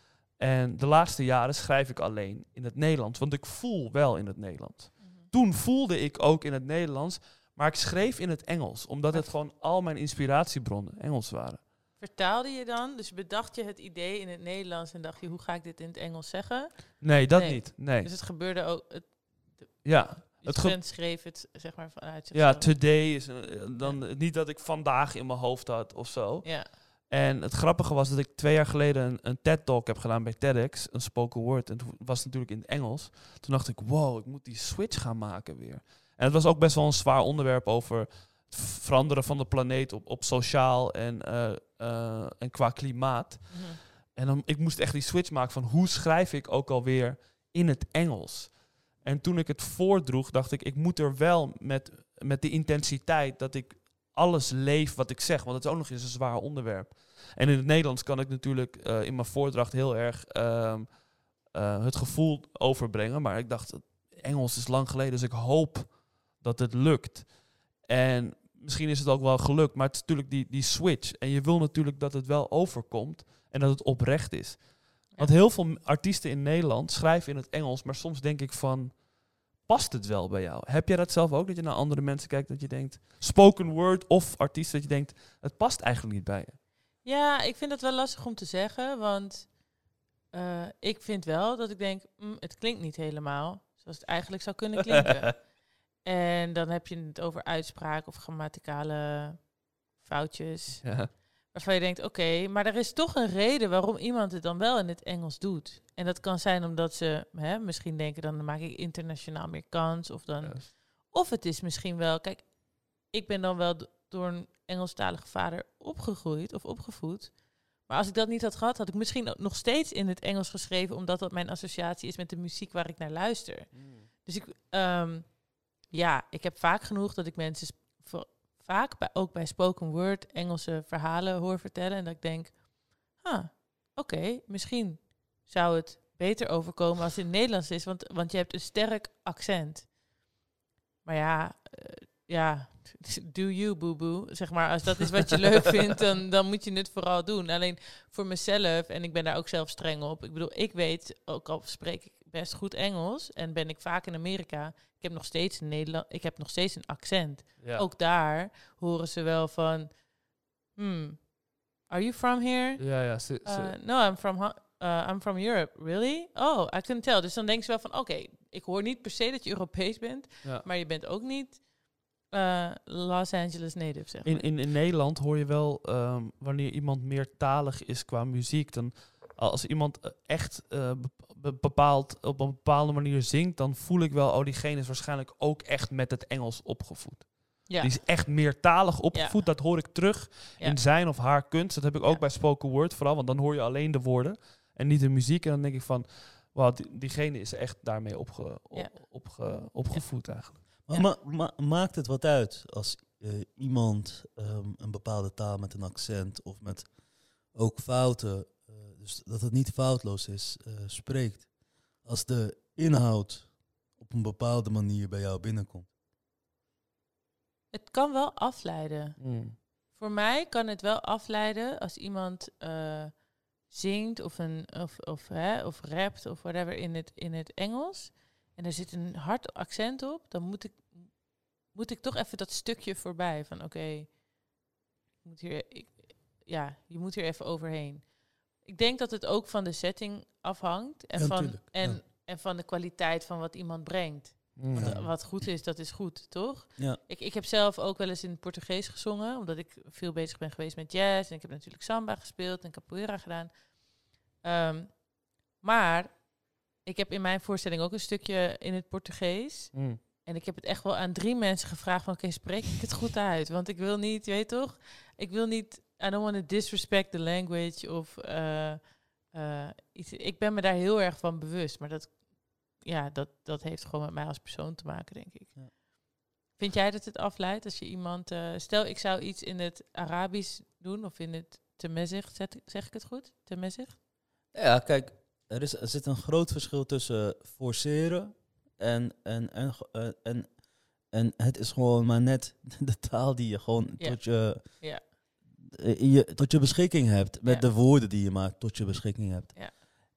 En de laatste jaren schrijf ik alleen in het Nederlands. Want ik voel wel in het Nederlands. Mm-hmm. Toen voelde ik ook in het Nederlands... Maar ik schreef in het Engels, omdat het gewoon al mijn inspiratiebronnen Engels waren. Vertaalde je dan? Dus bedacht je het idee in het Nederlands en dacht je, hoe ga ik dit in het Engels zeggen? Nee, dat nee. niet. Nee. Dus het gebeurde ook... Het, de, ja. Je het ge- schreef het, zeg maar, vanuit zichzelf. Ja, today is... Uh, dan ja. Niet dat ik vandaag in mijn hoofd had of zo. Ja. En het grappige was dat ik twee jaar geleden een, een TED-talk heb gedaan bij TEDx, een spoken word. En toen was het natuurlijk in het Engels. Toen dacht ik, wow, ik moet die switch gaan maken weer. En het was ook best wel een zwaar onderwerp over het veranderen van de planeet op, op sociaal en, uh, uh, en qua klimaat. Mm-hmm. En dan, ik moest echt die switch maken van hoe schrijf ik ook alweer in het Engels. En toen ik het voordroeg, dacht ik, ik moet er wel met, met de intensiteit dat ik alles leef wat ik zeg. Want het is ook nog eens een zwaar onderwerp. En in het Nederlands kan ik natuurlijk uh, in mijn voordracht heel erg uh, uh, het gevoel overbrengen. Maar ik dacht, Engels is lang geleden, dus ik hoop dat het lukt. En misschien is het ook wel gelukt, maar het is natuurlijk die, die switch. En je wil natuurlijk dat het wel overkomt en dat het oprecht is. Want heel veel artiesten in Nederland schrijven in het Engels, maar soms denk ik van, past het wel bij jou? Heb jij dat zelf ook, dat je naar andere mensen kijkt, dat je denkt, spoken word of artiest, dat je denkt, het past eigenlijk niet bij je? Ja, ik vind dat wel lastig om te zeggen, want uh, ik vind wel dat ik denk, mm, het klinkt niet helemaal zoals het eigenlijk zou kunnen klinken. En dan heb je het over uitspraak of grammaticale foutjes. Ja. Waarvan je denkt, oké, okay, maar er is toch een reden waarom iemand het dan wel in het Engels doet. En dat kan zijn omdat ze hè, misschien denken, dan maak ik internationaal meer kans. Of, dan, yes. of het is misschien wel, kijk, ik ben dan wel d- door een Engelstalige vader opgegroeid of opgevoed. Maar als ik dat niet had gehad, had ik misschien nog steeds in het Engels geschreven, omdat dat mijn associatie is met de muziek waar ik naar luister. Mm. Dus ik, um, ja, ik heb vaak genoeg dat ik mensen sp- voor, vaak bij, ook bij spoken word Engelse verhalen hoor vertellen. En dat ik denk, ah, oké, okay, misschien zou het beter overkomen als het in het Nederlands is. Want, want je hebt een sterk accent. Maar ja, uh, ja, do you, boo-boo. Zeg maar, als dat is wat je leuk vindt, dan, dan moet je het vooral doen. Alleen voor mezelf, en ik ben daar ook zelf streng op. Ik bedoel, ik weet, ook al spreek ik best goed Engels en ben ik vaak in Amerika, ik heb nog steeds een Nederland, ik heb nog steeds een accent. Ja. Ook daar horen ze wel van, hmm, are you from here? Ja, ja. So, so. Uh, no, I'm from, uh, I'm from Europe. Really? Oh, I couldn't tell. Dus dan denken ze wel van, oké, okay, ik hoor niet per se dat je Europees bent, ja. maar je bent ook niet uh, Los Angeles native, zeg maar. In, in, in Nederland hoor je wel, um, wanneer iemand meertalig is qua muziek, dan als iemand echt uh, bepaald, op een bepaalde manier zingt, dan voel ik wel, oh, diegene is waarschijnlijk ook echt met het Engels opgevoed. Ja. Die is echt meertalig opgevoed, ja. Dat hoor ik terug ja. in zijn of haar kunst. Dat heb ik ook ja. bij spoken word vooral, want dan hoor je alleen de woorden en niet de muziek. En dan denk ik van, wow, die, diegene is echt daarmee opge, op, ja. opge, opgevoed ja. eigenlijk. Maar ma- ma- maakt het wat uit als uh, iemand um, een bepaalde taal met een accent of met ook fouten, uh, dus dat het niet foutloos is, uh, spreekt. Als de inhoud op een bepaalde manier bij jou binnenkomt. Het kan wel afleiden. Mm. Voor mij kan het wel afleiden als iemand uh, zingt of, een, of, of, hè, of rapt of whatever in het, in het Engels. En er zit een hard accent op. Dan moet ik, moet ik toch even dat stukje voorbij. Van oké, okay, moet hier, ik, ja, je moet hier even overheen. Ik denk dat het ook van de setting afhangt. En, ja, van, en, ja. en van de kwaliteit van wat iemand brengt. Mm. Want, uh, wat goed is, dat is goed, toch? Ja. Ik, ik heb zelf ook wel eens in het Portugees gezongen. Omdat ik veel bezig ben geweest met jazz. En ik heb natuurlijk samba gespeeld en capoeira gedaan. Um, maar ik heb in mijn voorstelling ook een stukje in het Portugees. Mm. En ik heb het echt wel aan drie mensen gevraagd van... oké, okay, spreek ik het goed uit? Want ik wil niet, je weet toch? Ik wil niet... I don't want to disrespect the language of... Uh, uh, iets, ik ben me daar heel erg van bewust. Maar dat, ja, dat, dat heeft gewoon met mij als persoon te maken, denk ik. Ja. Vind jij dat het afleidt als je iemand... Uh, stel, ik zou iets in het Arabisch doen of in het Temezigh. Zeg ik het goed? Temezigh? Ja, kijk, er, is, er zit een groot verschil tussen forceren en, en, en, en, en, en het is gewoon maar net de taal die je gewoon ja. tot, je, ja. je, tot je beschikking hebt. Met ja. de woorden die je maakt tot je beschikking hebt. Ja.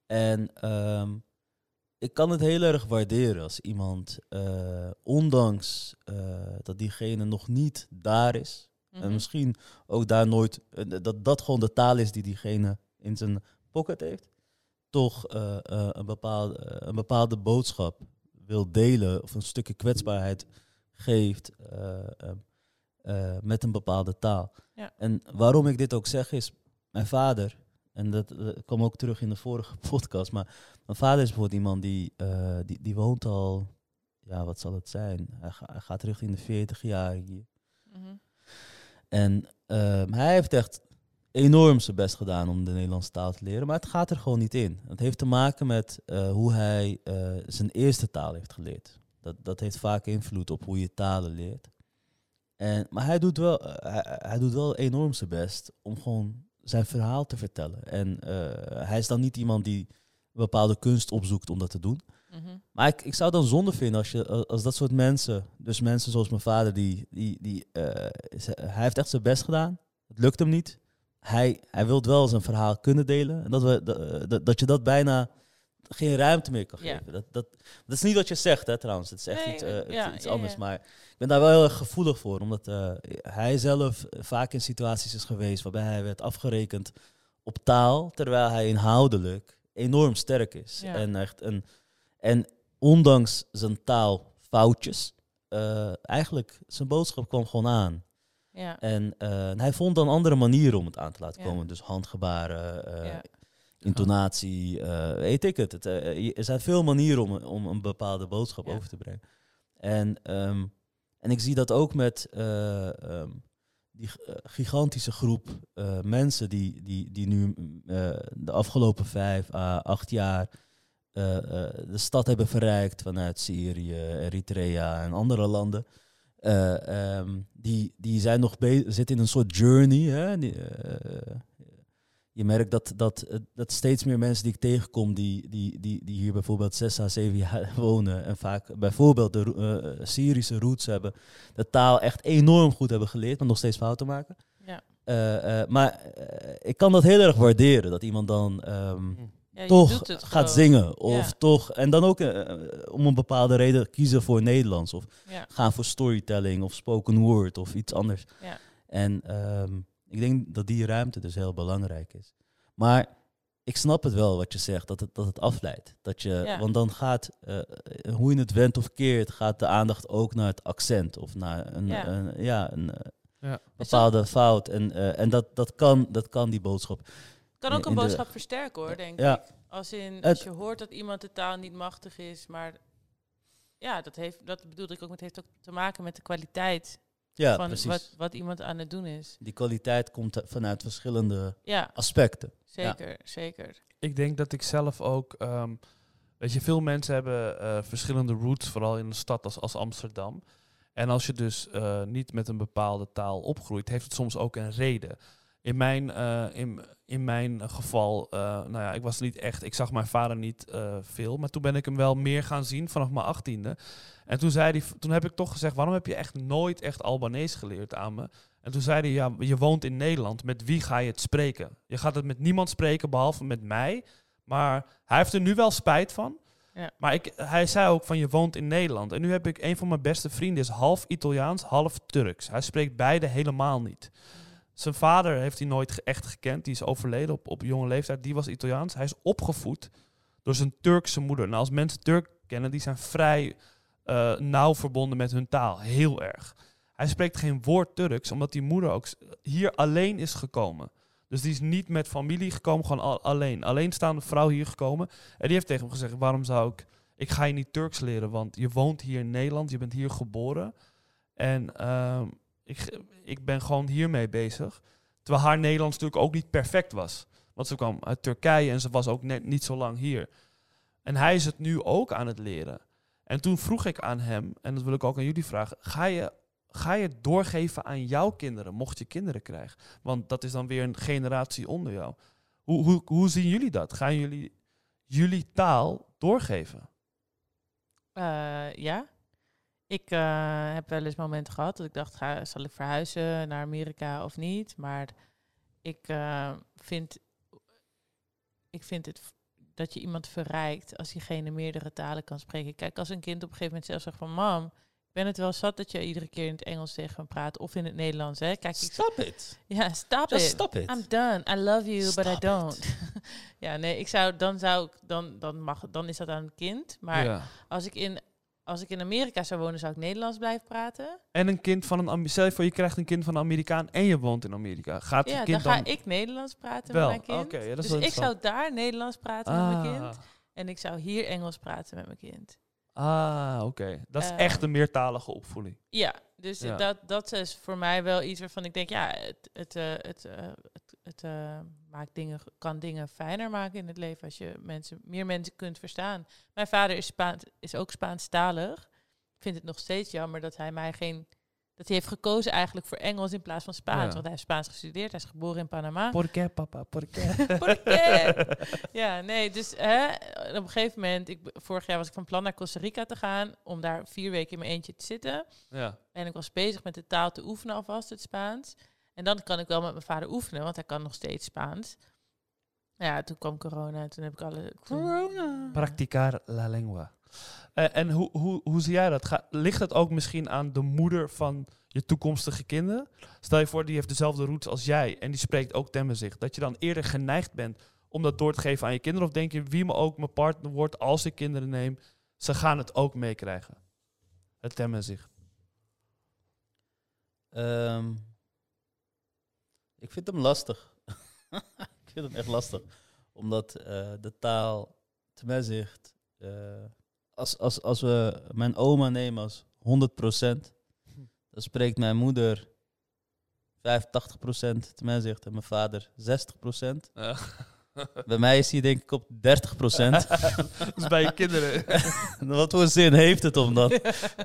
En um, ik kan het heel erg waarderen als iemand, uh, ondanks uh, dat diegene nog niet daar is. Mm-hmm. En misschien ook daar nooit, uh, dat dat gewoon de taal is die diegene in zijn pocket heeft. Toch uh, uh, een, bepaalde, uh, een bepaalde boodschap wil delen of een stukje kwetsbaarheid geeft uh, uh, uh, met een bepaalde taal. Ja. En waarom ik dit ook zeg is, mijn vader, en dat uh, kwam ook terug in de vorige podcast, maar mijn vader is bijvoorbeeld iemand die, uh, die, die woont al, ja wat zal het zijn, hij, ga, hij gaat richting de veertig jaar hier. Mm-hmm. En uh, hij heeft echt enorm zijn best gedaan om de Nederlandse taal te leren, maar het gaat er gewoon niet in. Het heeft te maken met uh, hoe hij uh, zijn eerste taal heeft geleerd. Dat, dat heeft vaak invloed op hoe je talen leert. En, maar hij doet, wel, uh, hij, hij doet wel enorm zijn best om gewoon zijn verhaal te vertellen. En uh, hij is dan niet iemand die een bepaalde kunst opzoekt om dat te doen. Mm-hmm. Maar ik, ik zou dan zonde vinden als, je, als dat soort mensen, dus mensen zoals mijn vader, die, die, die, uh, hij heeft echt zijn best gedaan. Het lukt hem niet. Hij, hij wil wel zijn verhaal kunnen delen. En dat, we, dat, dat, dat je dat bijna geen ruimte meer kan geven. Ja. Dat, dat, dat is niet wat je zegt, hè, trouwens. Het is echt nee, iets, uh, ja, iets ja, anders. Ja. Maar ik ben daar wel heel erg gevoelig voor. Omdat uh, hij zelf vaak in situaties is geweest waarbij hij werd afgerekend op taal. Terwijl hij inhoudelijk enorm sterk is. Ja. En, echt een, en ondanks zijn taalfoutjes, uh, eigenlijk zijn boodschap kwam gewoon aan. Ja. En uh, hij vond dan andere manieren om het aan te laten komen. Ja. Dus handgebaren, uh, ja. intonatie, uh, weet ik het. het uh, er zijn veel manieren om, om een bepaalde boodschap ja. over te brengen. En, um, en ik zie dat ook met uh, um, die uh, gigantische groep uh, mensen die, die, die nu uh, de afgelopen vijf à acht jaar uh, uh, de stad hebben verrijkt vanuit Syrië, Eritrea en andere landen. Uh, um, die, die zijn nog be- zitten in een soort journey. Hè? Die, uh, je merkt dat, dat, dat steeds meer mensen die ik tegenkom, die, die, die, die hier bijvoorbeeld zes à zeven jaar wonen en vaak bijvoorbeeld de uh, Syrische roots hebben, de taal echt enorm goed hebben geleerd, maar nog steeds fouten maken. Ja. Uh, uh, maar uh, ik kan dat heel erg waarderen, dat iemand dan um, ja, toch gaat gewoon. zingen. Of ja. toch, en dan ook uh, om een bepaalde reden kiezen voor Nederlands. Of ja. gaan voor storytelling of spoken word of iets anders. Ja. En um, ik denk dat die ruimte dus heel belangrijk is. Maar ik snap het wel wat je zegt, dat het, dat het afleidt. Dat je, ja. Want dan gaat, uh, hoe je het wendt of keert, gaat de aandacht ook naar het accent. Of naar een, ja. een, ja, een ja. bepaalde fout. En, uh, en dat, dat, kan, dat kan die boodschap. Kan ook een boodschap de, versterken hoor, denk ja. ik. Als, in, als je hoort dat iemand de taal niet machtig is, maar ja, dat, heeft, dat bedoelde ik ook, het heeft ook te maken met de kwaliteit ja, van precies. wat, wat iemand aan het doen is. Die kwaliteit komt vanuit verschillende ja. aspecten. Zeker, ja. zeker. Ik denk dat ik zelf ook, um, weet je, veel mensen hebben uh, verschillende roots, vooral in een stad als, als Amsterdam. En als je dus uh, niet met een bepaalde taal opgroeit, heeft het soms ook een reden. In mijn, uh, in, in mijn geval, uh, nou ja, ik was niet echt, ik zag mijn vader niet uh, veel, maar toen ben ik hem wel meer gaan zien vanaf mijn achttiende. En toen zei hij, toen heb ik toch gezegd, waarom heb je echt nooit echt Albanees geleerd aan me? En toen zei hij, ja, je woont in Nederland, met wie ga je het spreken? Je gaat het met niemand spreken, behalve met mij. Maar hij heeft er nu wel spijt van. Ja. Maar ik, hij zei ook van, je woont in Nederland. En nu heb ik, een van mijn beste vrienden is half Italiaans, half Turks. Hij spreekt beide helemaal niet. Zijn vader heeft hij nooit echt gekend. Die is overleden op, op jonge leeftijd. Die was Italiaans. Hij is opgevoed door zijn Turkse moeder. Nou, als mensen Turk kennen, die zijn vrij uh, nauw verbonden met hun taal. Heel erg. Hij spreekt geen woord Turks, omdat die moeder ook hier alleen is gekomen. Dus die is niet met familie gekomen, gewoon al, alleen. Alleenstaande vrouw hier gekomen. En die heeft tegen hem gezegd, waarom zou ik... Ik ga je niet Turks leren, want je woont hier in Nederland. Je bent hier geboren. En... Uh, Ik, ik ben gewoon hiermee bezig. Terwijl haar Nederlands natuurlijk ook niet perfect was. Want ze kwam uit Turkije en ze was ook net niet zo lang hier. En hij is het nu ook aan het leren. En toen vroeg ik aan hem, en dat wil ik ook aan jullie vragen... Ga je, ga je het doorgeven aan jouw kinderen, mocht je kinderen krijgen? Want dat is dan weer een generatie onder jou. Hoe, hoe, hoe zien jullie dat? Gaan jullie jullie taal doorgeven? Uh, ja. Ik uh, heb wel eens momenten gehad dat ik dacht, ga, zal ik verhuizen naar Amerika of niet? Maar ik, uh, vind, ik vind het dat je iemand verrijkt als diegene meerdere talen kan spreken. Kijk, als een kind op een gegeven moment zelf zegt van... Mam, ik ben het wel zat dat je iedere keer in het Engels tegen me praat of in het Nederlands. Hè? Kijk, ik stop it. Ja, stop Just it. stop it. I'm done. I love you, Stop but I don't. it. Ja, nee, ik zou, dan zou ik, dan, dan mag, dan is dat aan het kind. Maar Ja. als ik in... Als ik in Amerika zou wonen, zou ik Nederlands blijven praten. En een kind van een... Stel je voor, je krijgt een kind van een Amerikaan en je woont in Amerika. Gaat Ja, het kind dan ga dan... ik Nederlands praten Wel, met mijn kind. oké, ja, dat is dus wel ik zou daar Nederlands praten ah. met mijn kind. En ik zou hier Engels praten met mijn kind. Ah, oké. Okay. Dat is Uh, echt een meertalige opvoeding. Ja, dus Ja. Dat, dat is voor mij wel iets waarvan ik denk... Ja, het, het, uh, het, uh, het, het uh, maakt dingen, kan dingen fijner maken in het leven... als je mensen, meer mensen kunt verstaan. Mijn vader is, Spaans, is ook Spaanstalig... Ik vind het nog steeds jammer dat hij mij geen... Dat hij heeft gekozen eigenlijk voor Engels in plaats van Spaans. Ja. Want hij heeft Spaans gestudeerd. Hij is geboren in Panama. ¿Por qué, papa? ¿Por qué? ¿Por qué? Ja, nee, dus hè, op een gegeven moment... Ik, vorig jaar was ik van plan naar Costa Rica te gaan... om daar vier weken in mijn eentje te zitten. Ja. En ik was bezig met de taal te oefenen alvast, het Spaans. En dan kan ik wel met mijn vader oefenen... want hij kan nog steeds Spaans. Ja, toen kwam corona en toen heb ik alle... Toen... Corona. Practicar la lengua. Uh, en hoe, hoe, hoe zie jij dat? Ga, ligt het ook misschien aan de moeder van je toekomstige kinderen? Stel je voor, die heeft dezelfde roots als jij en die spreekt ook Tamazight. Dat je dan eerder geneigd bent om dat door te geven aan je kinderen? Of denk je, wie me ook mijn partner wordt als ik kinderen neem, ze gaan het ook meekrijgen? Het Tamazight. Um, ik vind hem lastig. Ik vind hem echt lastig. Omdat uh, de taal Tamazight... Uh, Als, als, als we mijn oma nemen als honderd procent, dan spreekt mijn moeder vijfentachtig procent Tamazight en mijn vader zestig procent. Ja. Bij mij is hij denk ik op dertig procent. Dat is bij je kinderen. Wat voor zin heeft het om dat?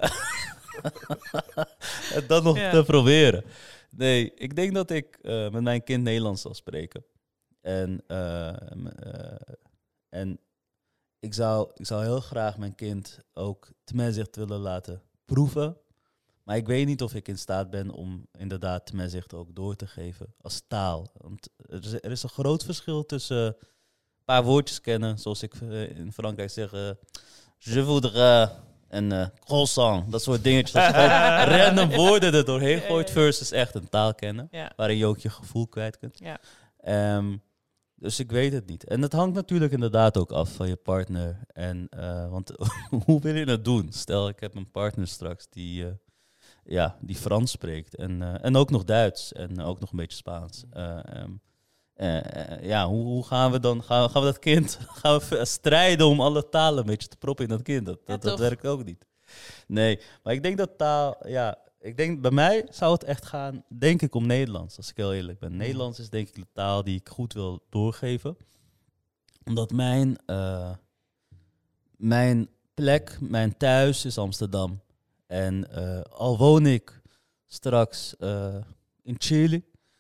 En dan nog ja. te proberen. Nee, ik denk dat ik uh, met mijn kind Nederlands zal spreken. En... Uh, uh, en Ik zou, ik zou heel graag mijn kind ook Tamazight willen laten proeven. Maar ik weet niet of ik in staat ben om inderdaad Tamazight ook door te geven als taal. Want er is, er is een groot verschil tussen een paar woordjes kennen, zoals ik in Frankrijk zeg, uh, je voudrais en uh, croissant, dat soort dingetjes. Dat je gewoon random woorden er doorheen gooit versus echt een taal kennen, ja. waarin je ook je gevoel kwijt kunt. Ja. Um, Dus ik weet het niet. En het hangt natuurlijk inderdaad ook af van je partner. En, uh, want hoe wil je het doen? Stel, ik heb een partner straks die, uh, ja, die Frans spreekt. En, uh, en ook nog Duits. En ook nog een beetje Spaans. Uh, um, uh, uh, ja, hoe, hoe gaan we dan... Gaan we, gaan we dat kind... Gaan we strijden om alle talen een beetje te proppen in dat kind? Dat, dat, ja, dat werkt ook niet. Nee, maar ik denk dat taal... Ja, ik denk, bij mij zou het echt gaan, denk ik, om Nederlands, als ik heel eerlijk ben. Nederlands is denk ik de taal die ik goed wil doorgeven. Omdat mijn, uh, mijn plek, mijn thuis is Amsterdam. En uh, al woon ik straks uh, in Chili,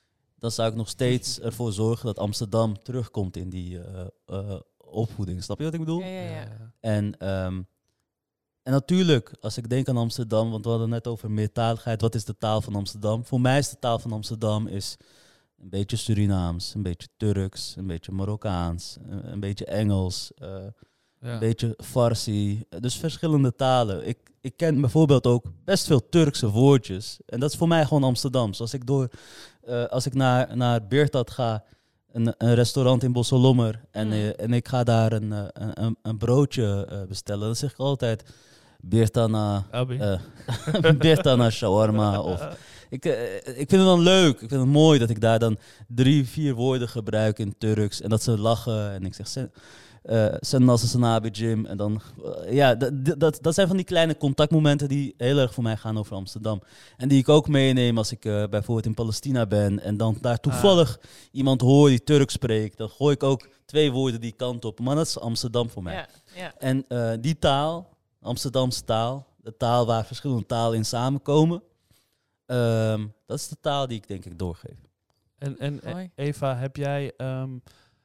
dan zou ik nog steeds ervoor zorgen dat Amsterdam terugkomt in die uh, uh, opvoeding. Snap je wat ik bedoel? Ja, ja, ja. En, um, en natuurlijk, als ik denk aan Amsterdam, want we hadden net over meertaligheid. Wat is de taal van Amsterdam? Voor mij is de taal van Amsterdam is een beetje Surinaams, een beetje Turks, een beetje Marokkaans, een, een beetje Engels, uh, ja. een beetje Farsi. Dus verschillende talen. Ik, ik ken bijvoorbeeld ook best veel Turkse woordjes. En dat is voor mij gewoon Amsterdam. Zoals ik door, uh, als ik naar, naar Beertad ga, een, een restaurant in Bosselommer, en, mm. uh, en ik ga daar een, uh, een, een broodje uh, bestellen, dan zeg ik altijd Beertana, uh, Beertana shawarma. Of, ik, uh, ik vind het dan leuk, ik vind het mooi dat ik daar dan drie, vier woorden gebruik in Turks en dat ze lachen en ik zeg Sen Nasser Sanabi Jim. En dan, uh, ja, dat, dat, dat zijn van die kleine contactmomenten die heel erg voor mij gaan over Amsterdam. En die ik ook meeneem als ik uh, bijvoorbeeld in Palestina ben en dan daar toevallig ah. iemand hoor die Turks spreekt. Dan gooi ik ook twee woorden die kant op. Maar dat is Amsterdam voor mij. Ja, ja. En uh, die taal, Amsterdamse taal, de taal waar verschillende talen in samenkomen, um, dat is de taal die ik denk ik doorgeef. En, en Eva, heb jij... Um,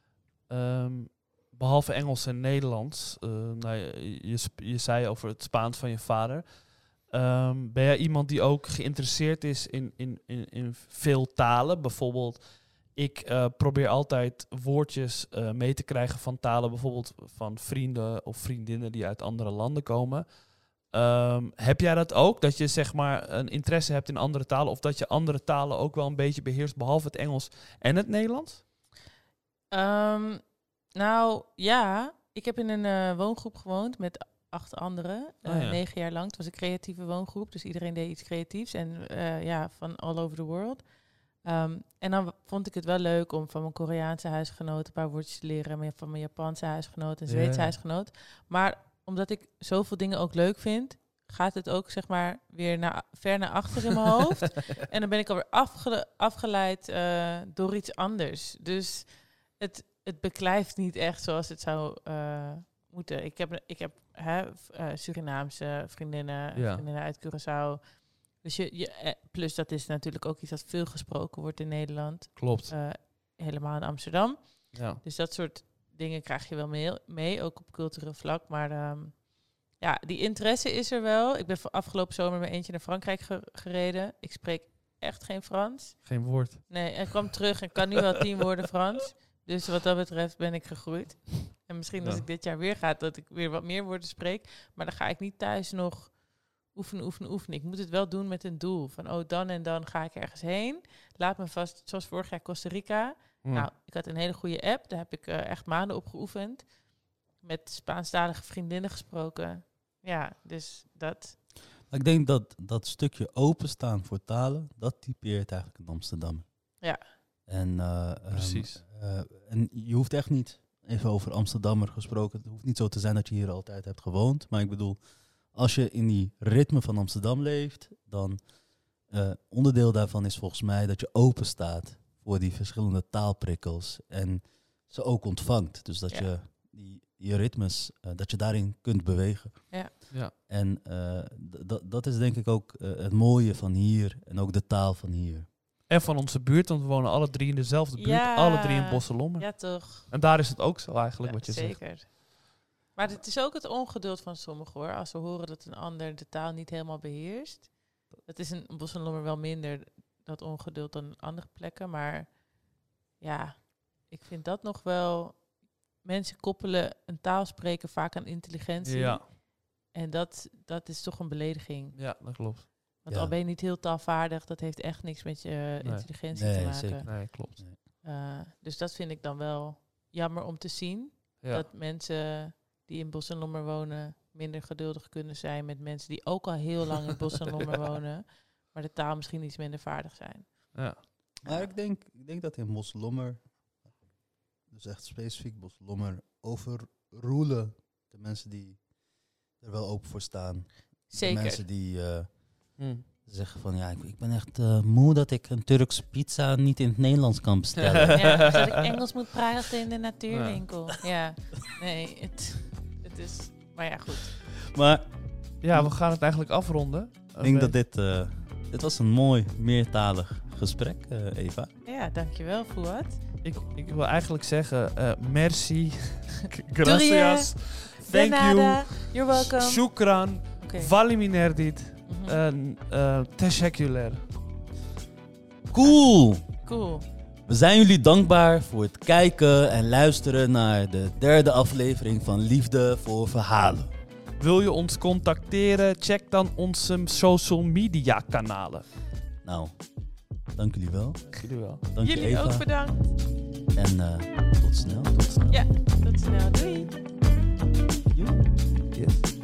um, behalve Engels en Nederlands, uh, nou, je, je, je zei over het Spaans van je vader. Um, ben jij iemand die ook geïnteresseerd is in, in, in, in veel talen? Bijvoorbeeld, ik uh, probeer altijd woordjes uh, mee te krijgen van talen, bijvoorbeeld van vrienden of vriendinnen die uit andere landen komen. Um, heb jij dat ook? Dat je zeg maar een interesse hebt in andere talen, of dat je andere talen ook wel een beetje beheerst, behalve het Engels en het Nederlands? Um, nou ja, ik heb in een uh, woongroep gewoond met acht anderen, uh, oh ja. negen jaar lang. Het was een creatieve woongroep, dus iedereen deed iets creatiefs en uh, ja, van all over the world. Um, en dan vond ik het wel leuk om van mijn Koreaanse huisgenoot een paar woordjes te leren, van mijn Japanse huisgenoot en Zweedse yeah. huisgenoot. Maar omdat ik zoveel dingen ook leuk vind, gaat het ook zeg maar weer naar, ver naar achter in mijn hoofd. En dan ben ik alweer afge, afgeleid uh, door iets anders. Dus het, het beklijft niet echt zoals het zou uh, moeten. Ik heb, ik heb hè, uh, Surinaamse vriendinnen, ja. vriendinnen uit Curaçao. Dus je, je, plus dat is natuurlijk ook iets dat veel gesproken wordt in Nederland. Klopt. Uh, helemaal in Amsterdam. Ja. Dus dat soort dingen krijg je wel mee, mee ook op cultureel vlak. Maar um, ja, die interesse is er wel. Ik ben afgelopen zomer met eentje naar Frankrijk ge- gereden. Ik spreek echt geen Frans. Geen woord. Nee, en ik kwam terug en kan nu wel tien woorden Frans. Dus wat dat betreft ben ik gegroeid. En misschien ja. als ik dit jaar weer ga, dat ik weer wat meer woorden spreek. Maar dan ga ik niet thuis nog oefenen, oefenen, oefenen. Ik moet het wel doen met een doel. Van, oh, dan en dan ga ik ergens heen. Laat me vast, zoals vorig jaar Costa Rica. Mm. Nou, ik had een hele goede app. Daar heb ik uh, echt maanden op geoefend. Met Spaanstalige vriendinnen gesproken. Ja, dus dat. Ik denk dat dat stukje openstaan voor talen, dat typeert eigenlijk in Amsterdam. Ja. En, uh, Precies. Um, uh, en je hoeft echt niet, even over Amsterdammer gesproken, het hoeft niet zo te zijn dat je hier altijd hebt gewoond. Maar ik bedoel, als je in die ritme van Amsterdam leeft, dan uh, onderdeel daarvan is volgens mij dat je open staat voor die verschillende taalprikkels en ze ook ontvangt. Dus dat ja. je die, die ritmes, uh, dat je daarin kunt bewegen. Ja. Ja. En uh, d- d- dat is denk ik ook uh, het mooie van hier en ook de taal van hier. En van onze buurt, want we wonen alle drie in dezelfde buurt. Ja. Alle drie in Bosselommer. Ja, toch. En daar is het ook zo eigenlijk, ja, wat je zeker. zegt. Zeker. Maar het is ook het ongeduld van sommigen, hoor. Als ze horen dat een ander de taal niet helemaal beheerst. Dat is in Bosselommer wel minder, dat ongeduld, dan andere plekken. Maar ja, ik vind dat nog wel. Mensen koppelen een taal spreken vaak aan intelligentie. Ja. En dat, dat is toch een belediging. Ja, dat klopt. Want ja. al ben je niet heel taalvaardig, dat heeft echt niks met je nee. intelligentie nee, te maken. Zeker. Nee, klopt. Uh, dus dat vind ik dan wel jammer om te zien. Ja. Dat mensen die in Bos en Lommer wonen minder geduldig kunnen zijn met mensen die ook al heel lang in Bos en Lommer ja. wonen, maar de taal misschien iets minder vaardig zijn. Ja. Maar ik denk, ik denk dat in Bosselommer, dus echt specifiek Bosselommer, overroelen de mensen die er wel open voor staan. Zeker. De mensen die uh, hmm. zeggen van ja, ik, ik ben echt uh, moe dat ik een Turks pizza niet in het Nederlands kan bestellen. Ja, dus dat ik Engels moet praten in de natuurwinkel. Ja, ja. Nee, het, het is, maar ja, goed. Maar ja, we gaan het eigenlijk afronden. Ik denk dat dit, uh, dit was een mooi, meertalig gesprek, uh, Eva. Ja, dankjewel, Fouad. Ik, ik wil eigenlijk zeggen, uh, merci, gracias, thank you, you're welcome. Shukran, Okay. Vali minerdit, Mm-hmm. uh, teşekkürler. Cool! Cool. We zijn jullie dankbaar voor het kijken en luisteren naar de derde aflevering van Liefde voor Verhalen. Wil je ons contacteren? Check dan onze social media kanalen. Nou, dank jullie wel. Dank jullie wel. Dank je, Jullie Eva. ook bedankt. En uh, tot snel. Tot snel. Ja, tot snel. Doei. Joe. Yes.